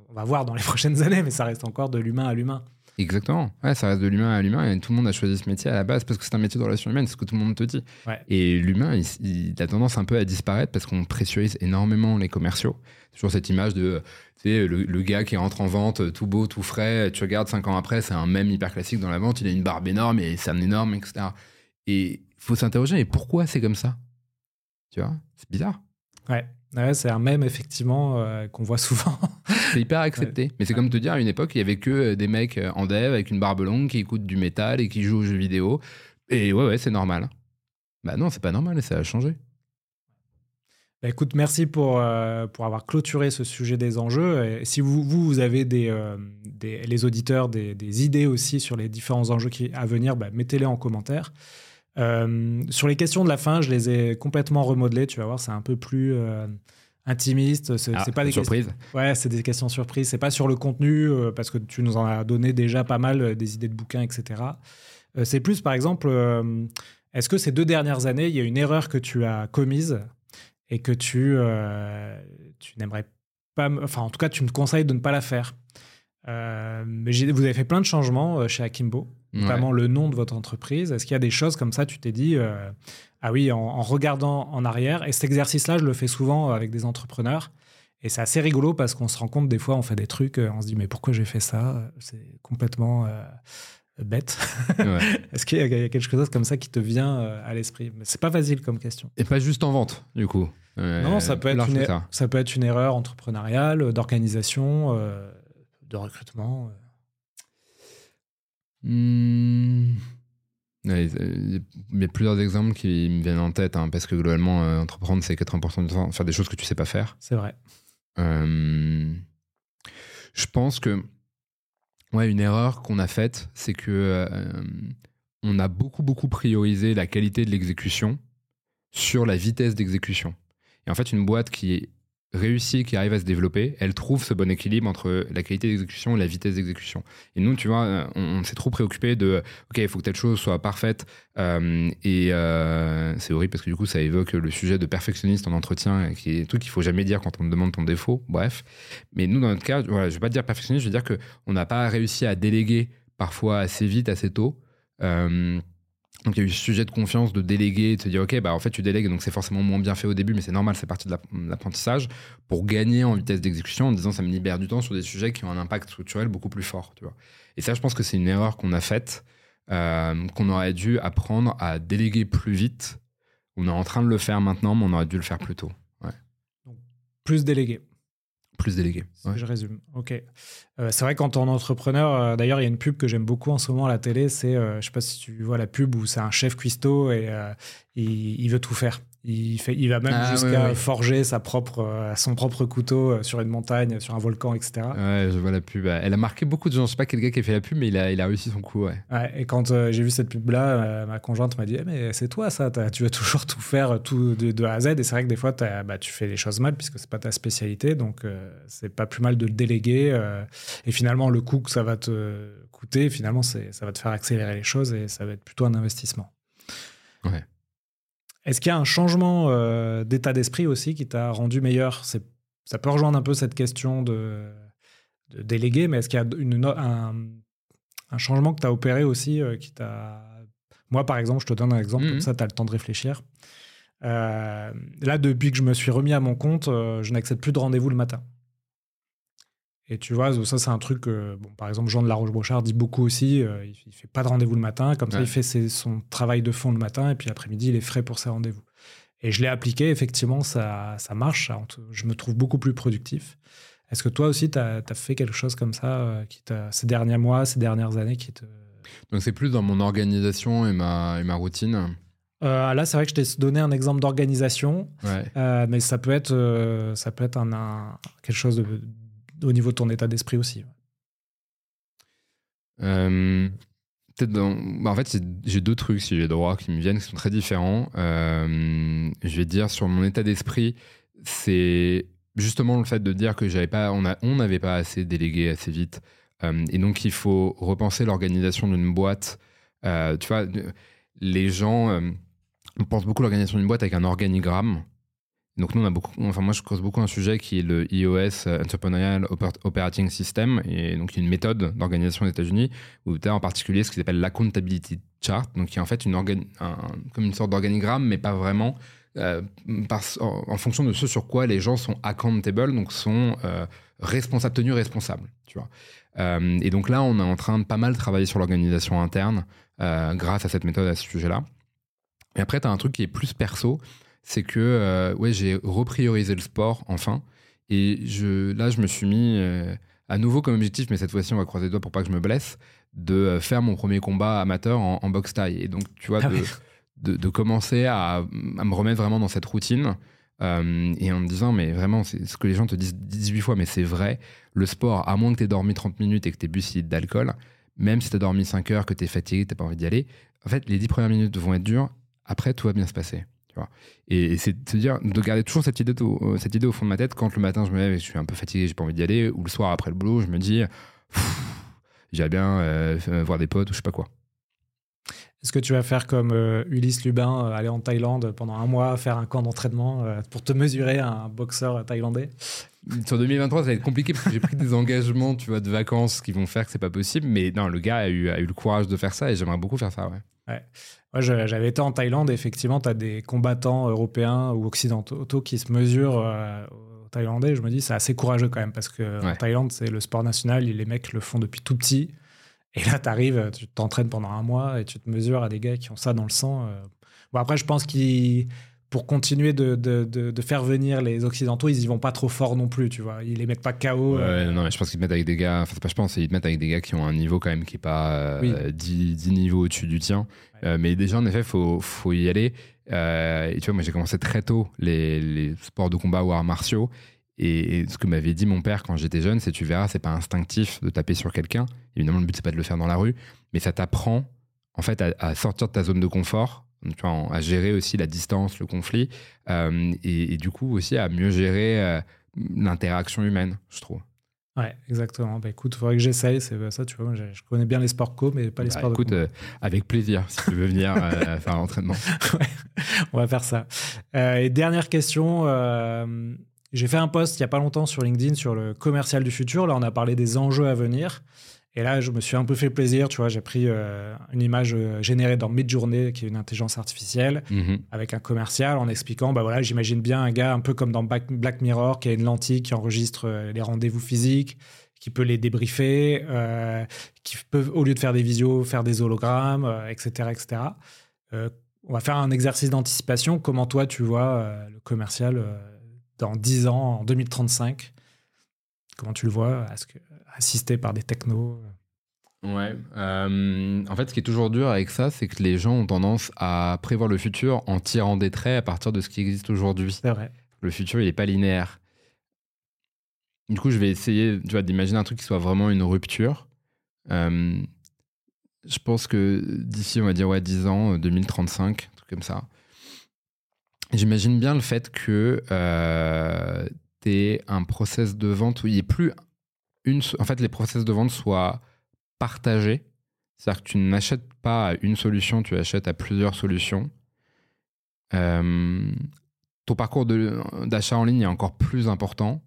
on va voir dans les prochaines années, mais ça reste encore de l'humain à l'humain. Exactement. Ouais, ça reste de l'humain à l'humain et tout le monde a choisi ce métier à la base parce que c'est un métier de relation humaine, c'est ce que tout le monde te dit. Ouais. Et l'humain, il, il a tendance un peu à disparaître parce qu'on pressurise énormément les commerciaux. C'est toujours cette image de tu sais, le, le gars qui rentre en vente tout beau, tout frais. Tu regardes cinq ans après, c'est un mème hyper classique dans la vente. Il a une barbe énorme et c'est un énorme, et cetera. Et il faut s'interroger, mais pourquoi c'est comme ça? Tu vois, c'est bizarre. Ouais. Ouais, c'est un mème, effectivement, euh, qu'on voit souvent. C'est hyper accepté. Ouais. Mais c'est ouais. comme te dire, à une époque, il y avait que des mecs en dev avec une barbe longue qui écoutent du métal et qui jouent aux jeux vidéo. Et ouais, ouais, c'est normal. Bah non, c'est pas normal et ça a changé. Bah écoute, merci pour, euh, pour avoir clôturé ce sujet des enjeux. Et si vous, vous, vous avez des, euh, des, les auditeurs des, des idées aussi sur les différents enjeux qui, à venir, bah, mettez-les en commentaire. Euh, sur les questions de la fin, je les ai complètement remodelées. Tu vas voir, c'est un peu plus euh, intimiste. C'est, ah, c'est pas des surprises. Questions... Ouais, c'est des questions surprises. C'est pas sur le contenu euh, parce que tu nous en as donné déjà pas mal, euh, des idées de bouquins, et cetera. Euh, c'est plus, par exemple, euh, est-ce que ces deux dernières années, il y a une erreur que tu as commise et que tu, euh, tu n'aimerais pas... Enfin, en tout cas, tu me conseilles de ne pas la faire. Euh, mais j'ai, vous avez fait plein de changements euh, chez Akimbo, notamment ouais. le nom de votre entreprise. Est-ce qu'il y a des choses comme ça, tu t'es dit, euh, ah oui, en, en regardant en arrière, et cet exercice-là, je le fais souvent avec des entrepreneurs, et c'est assez rigolo parce qu'on se rend compte, des fois, on fait des trucs, on se dit, mais pourquoi j'ai fait ça? C'est complètement euh, bête. Ouais. Est-ce qu'il y a, il y a quelque chose comme ça qui te vient euh, à l'esprit? Mais c'est pas facile comme question. Et pas juste en vente, du coup. Euh, non, ça peut, être une, ça. ça peut être une erreur entrepreneuriale, d'organisation, euh, de recrutement. Mmh. Ouais, il y a plusieurs exemples qui me viennent en tête, hein, parce que globalement, euh, entreprendre, c'est quatre-vingts pour cent du temps faire des choses que tu sais pas faire. C'est vrai. Euh, je pense que ouais, une erreur qu'on a faite, c'est que euh, on a beaucoup, beaucoup priorisé la qualité de l'exécution sur la vitesse d'exécution. Et en fait, une boîte qui est réussie, qui arrive à se développer, elle trouve ce bon équilibre entre la qualité d'exécution et la vitesse d'exécution. Et nous, tu vois, on, on s'est trop préoccupé de « Ok, il faut que telle chose soit parfaite. Euh, » Et euh, c'est horrible parce que du coup, ça évoque le sujet de perfectionniste en entretien, qui est un truc qu'il ne faut jamais dire quand on te demande ton défaut. Bref. Mais nous, dans notre cas, voilà, je ne vais pas dire perfectionniste, je vais dire qu'on n'a pas réussi à déléguer parfois assez vite, assez tôt. Euh, Donc il y a eu ce sujet de confiance, de déléguer, de se dire ok, bah en fait tu délègues, donc c'est forcément moins bien fait au début, mais c'est normal, c'est partie de l'apprentissage, pour gagner en vitesse d'exécution en disant ça me libère du temps sur des sujets qui ont un impact structurel beaucoup plus fort, tu vois. Et ça, je pense que c'est une erreur qu'on a faite, euh, qu'on aurait dû apprendre à déléguer plus vite. On est en train de le faire maintenant, mais on aurait dû le faire plus tôt. Ouais. Donc, plus délégué. Plus délégué. Ouais. Je résume. Ok. Euh, c'est vrai qu'en tant qu'entrepreneur, euh, d'ailleurs, il y a une pub que j'aime beaucoup en ce moment à la télé. C'est, euh, je sais pas si tu vois la pub où c'est un chef cuistot et euh, il, il veut tout faire. Il fait, il va même ah, jusqu'à ouais, ouais. forger sa propre, euh, son propre couteau euh, sur une montagne, sur un volcan, et cetera. Ouais, je vois la pub. Elle a marqué beaucoup de gens. Je sais pas quel gars qui a fait la pub, mais il a, il a réussi son coup. Ouais. Ouais, et quand euh, j'ai vu cette pub-là, euh, ma conjointe m'a dit eh, mais c'est toi ça. Tu vas toujours tout faire, tout de, de A à Z. Et c'est vrai que des fois, bah, tu fais les choses mal puisque c'est pas ta spécialité. Donc, euh, c'est pas plus mal de le déléguer. Euh, et finalement, le coût que ça va te coûter, finalement, c'est, ça va te faire accélérer les choses et ça va être plutôt un investissement. Ouais. Est-ce qu'il y a un changement euh, d'état d'esprit aussi qui t'a rendu meilleur? C'est, ça peut rejoindre un peu cette question de, de déléguer, mais est-ce qu'il y a une, un, un changement que tu as opéré aussi euh, qui t'a... Moi, par exemple, je te donne un exemple, mmh. comme ça, tu as le temps de réfléchir. Euh, là, depuis que je me suis remis à mon compte, euh, je n'accepte plus de rendez-vous le matin. Et tu vois, ça, c'est un truc que, bon, par exemple, Jean de la Roche-Brochard dit beaucoup aussi. Euh, il ne fait pas de rendez-vous le matin. Comme ouais. ça, il fait ses, son travail de fond le matin. Et puis l'après-midi, il est frais pour ses rendez-vous. Et je l'ai appliqué. Effectivement, ça, ça marche. Ça, je me trouve beaucoup plus productif. Est-ce que toi aussi, tu as fait quelque chose comme ça euh, qui t'a, ces derniers mois, ces dernières années qui te... Donc, c'est plus dans mon organisation et ma, et ma routine. Euh, là, c'est vrai que je t'ai donné un exemple d'organisation. Ouais. Euh, mais ça peut être, euh, ça peut être un, un, quelque chose de... au niveau de ton état d'esprit aussi. Euh, peut-être dans... bah en fait, j'ai deux trucs, si j'ai le droit, qui me viennent, qui sont très différents. Euh, je vais dire, sur mon état d'esprit, c'est justement le fait de dire que j'avais pas, on a, on n'avait pas assez délégué assez vite. Euh, et donc, il faut repenser l'organisation d'une boîte. Euh, tu vois, les gens... Euh, on pense beaucoup à l'organisation d'une boîte avec un organigramme. Donc nous, on a beaucoup, enfin moi je creuse beaucoup un sujet qui est le I O S Entrepreneurial Operating System, et donc une méthode d'organisation aux États-Unis où tu as en particulier ce qui s'appelle l'accountability chart, donc qui est en fait une organi- un, comme une sorte d'organigramme, mais pas vraiment, euh, par, en, en fonction de ce sur quoi les gens sont accountable, donc sont euh, responsables, tenus responsables, tu vois. Euh, et donc là, on est en train de pas mal travailler sur l'organisation interne euh, grâce à cette méthode, à ce sujet-là. Et après, tu as un truc qui est plus perso, c'est que euh, ouais, j'ai repriorisé le sport, enfin. Et je, là, je me suis mis euh, à nouveau comme objectif, mais cette fois-ci, on va croiser les doigts pour pas que je me blesse, de euh, faire mon premier combat amateur en, en boxe thaï. Et donc, tu vois, Ah de, oui. de, de commencer à, à me remettre vraiment dans cette routine euh, et en me disant, mais vraiment, c'est ce que les gens te disent dix-huit fois, mais c'est vrai, le sport, à moins que tu aies dormi trente minutes et que tu aies bu six litres d'alcool, même si tu as dormi cinq heures, que tu es fatigué, que tu n'as pas envie d'y aller, en fait, les dix premières minutes vont être dures, après, tout va bien se passer. Tu vois. Et, et c'est de se dire, de garder toujours cette idée, au, cette idée au fond de ma tête, quand le matin je me lève et je suis un peu fatigué, j'ai pas envie d'y aller, ou le soir après le boulot, je me dis, j'irais bien euh, voir des potes ou je sais pas quoi. Est-ce que tu vas faire comme euh, Ulysse Lubin, euh, aller en Thaïlande pendant un mois, faire un camp d'entraînement euh, pour te mesurer à un boxeur thaïlandais? Sur deux mille vingt-trois, ça va être compliqué parce que j'ai pris des engagements, tu vois, de vacances qui vont faire que c'est pas possible. Mais non, le gars a eu, a eu le courage de faire ça et j'aimerais beaucoup faire ça, ouais. Ouais. Moi, je- j'avais été en Thaïlande et effectivement, tu as des combattants européens ou occidentaux qui se mesurent euh, aux Thaïlandais. Je me dis, c'est assez courageux quand même parce que Ouais. en Thaïlande, c'est le sport national. Les mecs le font depuis tout petit. Et là, tu arrives, tu t'entraînes pendant un mois et tu te mesures à des gars qui ont ça dans le sang. euh. Bon, après, je pense qu'ils, pour continuer de, de, de, de faire venir les Occidentaux, ils y vont pas trop fort non plus, tu vois. Ils les mettent pas K O. Ouais, euh. non, mais je pense qu'ils te mettent avec des gars, enfin, c'est pas je pense, ils te mettent avec des gars qui ont un niveau quand même qui est pas euh, Oui. dix, dix niveaux au-dessus du tien. Ouais. Euh, mais déjà, en effet, faut, faut y aller. Euh, et tu vois, moi, j'ai commencé très tôt les, les sports de combat ou arts martiaux. Et, et ce que m'avait dit mon père quand j'étais jeune, c'est tu verras, c'est pas instinctif de taper sur quelqu'un. Évidemment, le but, c'est pas de le faire dans la rue, mais ça t'apprend, en fait, à, à sortir de ta zone de confort, tu vois, en- à gérer aussi la distance, le conflit, euh, et, et du coup aussi à mieux gérer euh, l'interaction humaine, je trouve. Ouais, exactement. Bah écoute, il faudrait que j'essaye. C'est bah, ça, tu vois. Moi, je, je connais bien les sports co, mais pas les Bah, sports écoute, de combat. euh, avec plaisir, si tu veux venir euh, faire l'entraînement. Ouais, on va faire ça. Euh, et dernière question. euh, j'ai fait un post il n'y a pas longtemps sur LinkedIn sur le commercial du futur. Là, on a parlé des enjeux à venir. Et là, je me suis un peu fait plaisir. Tu vois, j'ai pris euh, une image euh, générée dans Midjourney, qui est une intelligence artificielle, Mhm. avec un commercial en expliquant, bah voilà, j'imagine bien un gars un peu comme dans Black, Black Mirror, qui a une lentille qui enregistre euh, les rendez-vous physiques, qui peut les débriefer, euh, qui peut, au lieu de faire des visios, faire des hologrammes, euh, et cetera, et cetera. Euh, on va faire un exercice d'anticipation. Comment toi, tu vois euh, le commercial euh, dans dix ans, en deux mille trente-cinq? Comment tu le vois? Est-ce que, assisté par des technos? Ouais. euh, en fait, ce qui est toujours dur avec ça, c'est que les gens ont tendance à prévoir le futur en tirant des traits à partir de ce qui existe aujourd'hui. C'est vrai. Le futur, il n'est pas linéaire. Du coup, je vais essayer, tu vois, d'imaginer un truc qui soit vraiment une rupture. Euh, je pense que d'ici, on va dire, ouais, dix ans, deux mille trente-cinq, un truc comme ça. J'imagine bien le fait que euh, tu aies un process de vente où il n'y ait plus une... En fait, les process de vente soient partagés. C'est-à-dire que tu n'achètes pas à une solution, tu achètes à plusieurs solutions. Euh, ton parcours de, d'achat en ligne est encore plus important.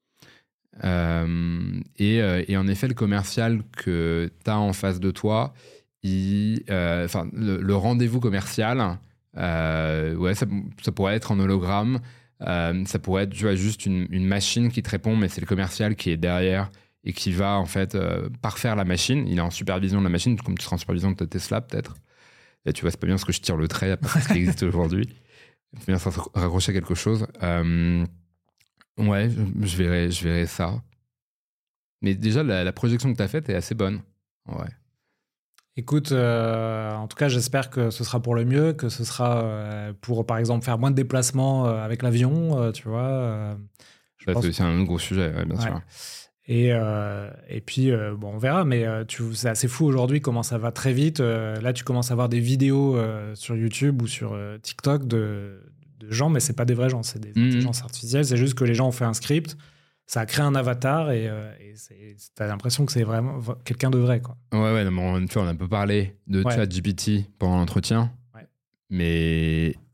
Euh, et, euh, et en effet, le commercial que tu as en face de toi, il, euh, enfin, le, le rendez-vous commercial, euh, ouais, ça, ça pourrait être en hologramme. Euh, ça pourrait être, tu vois, juste une, une machine qui te répond, mais c'est le commercial qui est derrière et qui va en fait euh, parfaire la machine. Il est en supervision de la machine, comme tu seras en supervision de ta Tesla peut-être. Et tu vois, c'est pas bien ce que je tire le trait à part ce qui existe aujourd'hui. Il faut bien se raccrocher à quelque chose. Euh, ouais, je, je, verrai, je verrai ça. Mais déjà, la, la projection que tu as faite est assez bonne. Ouais. Écoute, euh, en tout cas, j'espère que ce sera pour le mieux, que ce sera euh, pour, par exemple, faire moins de déplacements euh, avec l'avion, euh, tu vois. Euh, je Ça, pense... c'est aussi un gros sujet, ouais, bien Ouais. sûr. Et, euh, et puis, euh, bon, on verra, mais euh, tu, c'est assez fou aujourd'hui comment ça va très vite. Euh, là, tu commences à voir des vidéos euh, sur YouTube ou sur euh, TikTok de, de gens, mais c'est pas des vrais gens, c'est des Mmh. intelligences artificielles. C'est juste que les gens ont fait un script, ça a créé un avatar et, euh, et c'est, t'as l'impression que c'est vraiment quelqu'un de vrai, quoi. Ouais, ouais, non, mais on, tu vois, on a un peu parlé de Ouais. ChatGPT pendant l'entretien. Ouais. Mais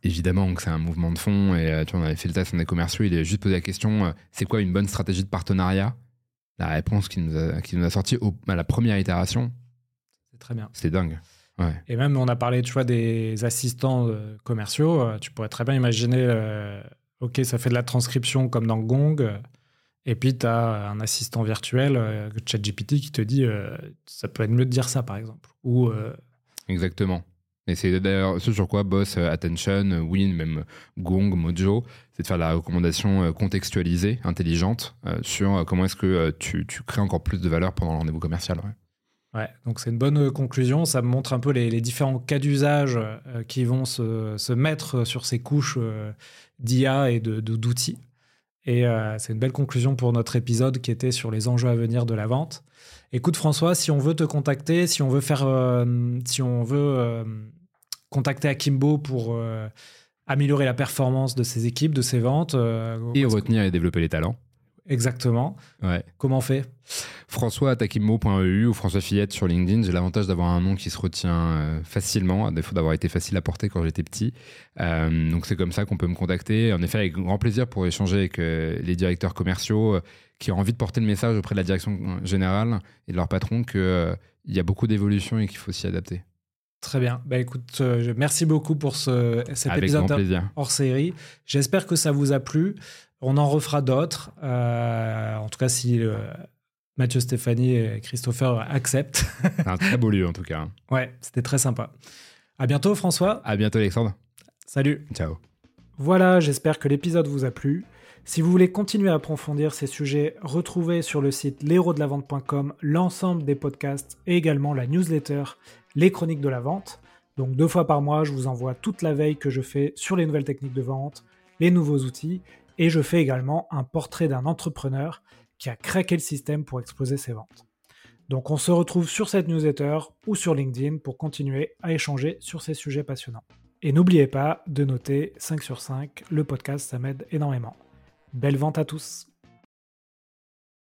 évidemment que c'est un mouvement de fond. Et euh, tu vois, on avait fait le test en des commerciaux. Il a juste posé la question, euh, c'est quoi une bonne stratégie de partenariat? La réponse qu'il nous a, qu'il nous a sortie au, à la première itération, c'est très bien. C'était dingue. Ouais. Et même, on a parlé, tu vois, des assistants euh, commerciaux. Euh, tu pourrais très bien imaginer, euh, OK, ça fait de la transcription comme dans Gong. Euh, et puis, tu as un assistant virtuel, euh, ChatGPT, qui te dit, euh, ça peut être mieux de dire ça, par exemple. Ou, euh, Exactement. Et c'est d'ailleurs ce sur quoi bosse euh, Attention, euh, Win, même Gong, Mojo, c'est de faire de la recommandation euh, contextualisée, intelligente, euh, sur euh, comment est-ce que euh, tu, tu crées encore plus de valeur pendant le rendez-vous commercial. Ouais. Ouais, donc c'est une bonne euh, conclusion. Ça me montre un peu les, les différents cas d'usage euh, qui vont se, se mettre sur ces couches euh, d'I A et de, de, d'outils. Et euh, c'est une belle conclusion pour notre épisode qui était sur les enjeux à venir de la vente. Écoute François, si on veut te contacter, si on veut faire, euh, si on veut euh, contacter Akimbo pour euh, améliorer la performance de ses équipes, de ses ventes, euh, et retenir que... et développer les talents. Exactement. Ouais. Comment on fait? François at akimbo point e u ou François Fillette sur LinkedIn. J'ai l'avantage d'avoir un nom qui se retient euh, facilement, à défaut d'avoir été facile à porter quand j'étais petit. Euh, donc c'est comme ça qu'on peut me contacter. En effet, avec grand plaisir pour échanger avec euh, les directeurs commerciaux euh, qui ont envie de porter le message auprès de la direction générale et de leur patron qu'il euh, y a beaucoup d'évolutions et qu'il faut s'y adapter. Très bien. Bah, écoute, euh, merci beaucoup pour ce, cet avec épisode grand plaisir. hors série. J'espère que ça vous a plu. On en refera d'autres. Euh, en tout cas, si euh, Mathieu, Stéphanie et Christopher acceptent. C'est un très beau lieu, en tout cas. Ouais, c'était très sympa. À bientôt, François. À bientôt, Alexandre. Salut. Ciao. Voilà, j'espère que l'épisode vous a plu. Si vous voulez continuer à approfondir ces sujets, retrouvez sur le site l'héros de la vente point com l'ensemble des podcasts et également la newsletter Les Chroniques de la Vente. Donc deux fois par mois, je vous envoie toute la veille que je fais sur les nouvelles techniques de vente, les nouveaux outils, et je fais également un portrait d'un entrepreneur qui a craqué le système pour exploser ses ventes. Donc on se retrouve sur cette newsletter ou sur LinkedIn pour continuer à échanger sur ces sujets passionnants. Et n'oubliez pas de noter cinq sur cinq, le podcast ça m'aide énormément. Belle vente à tous!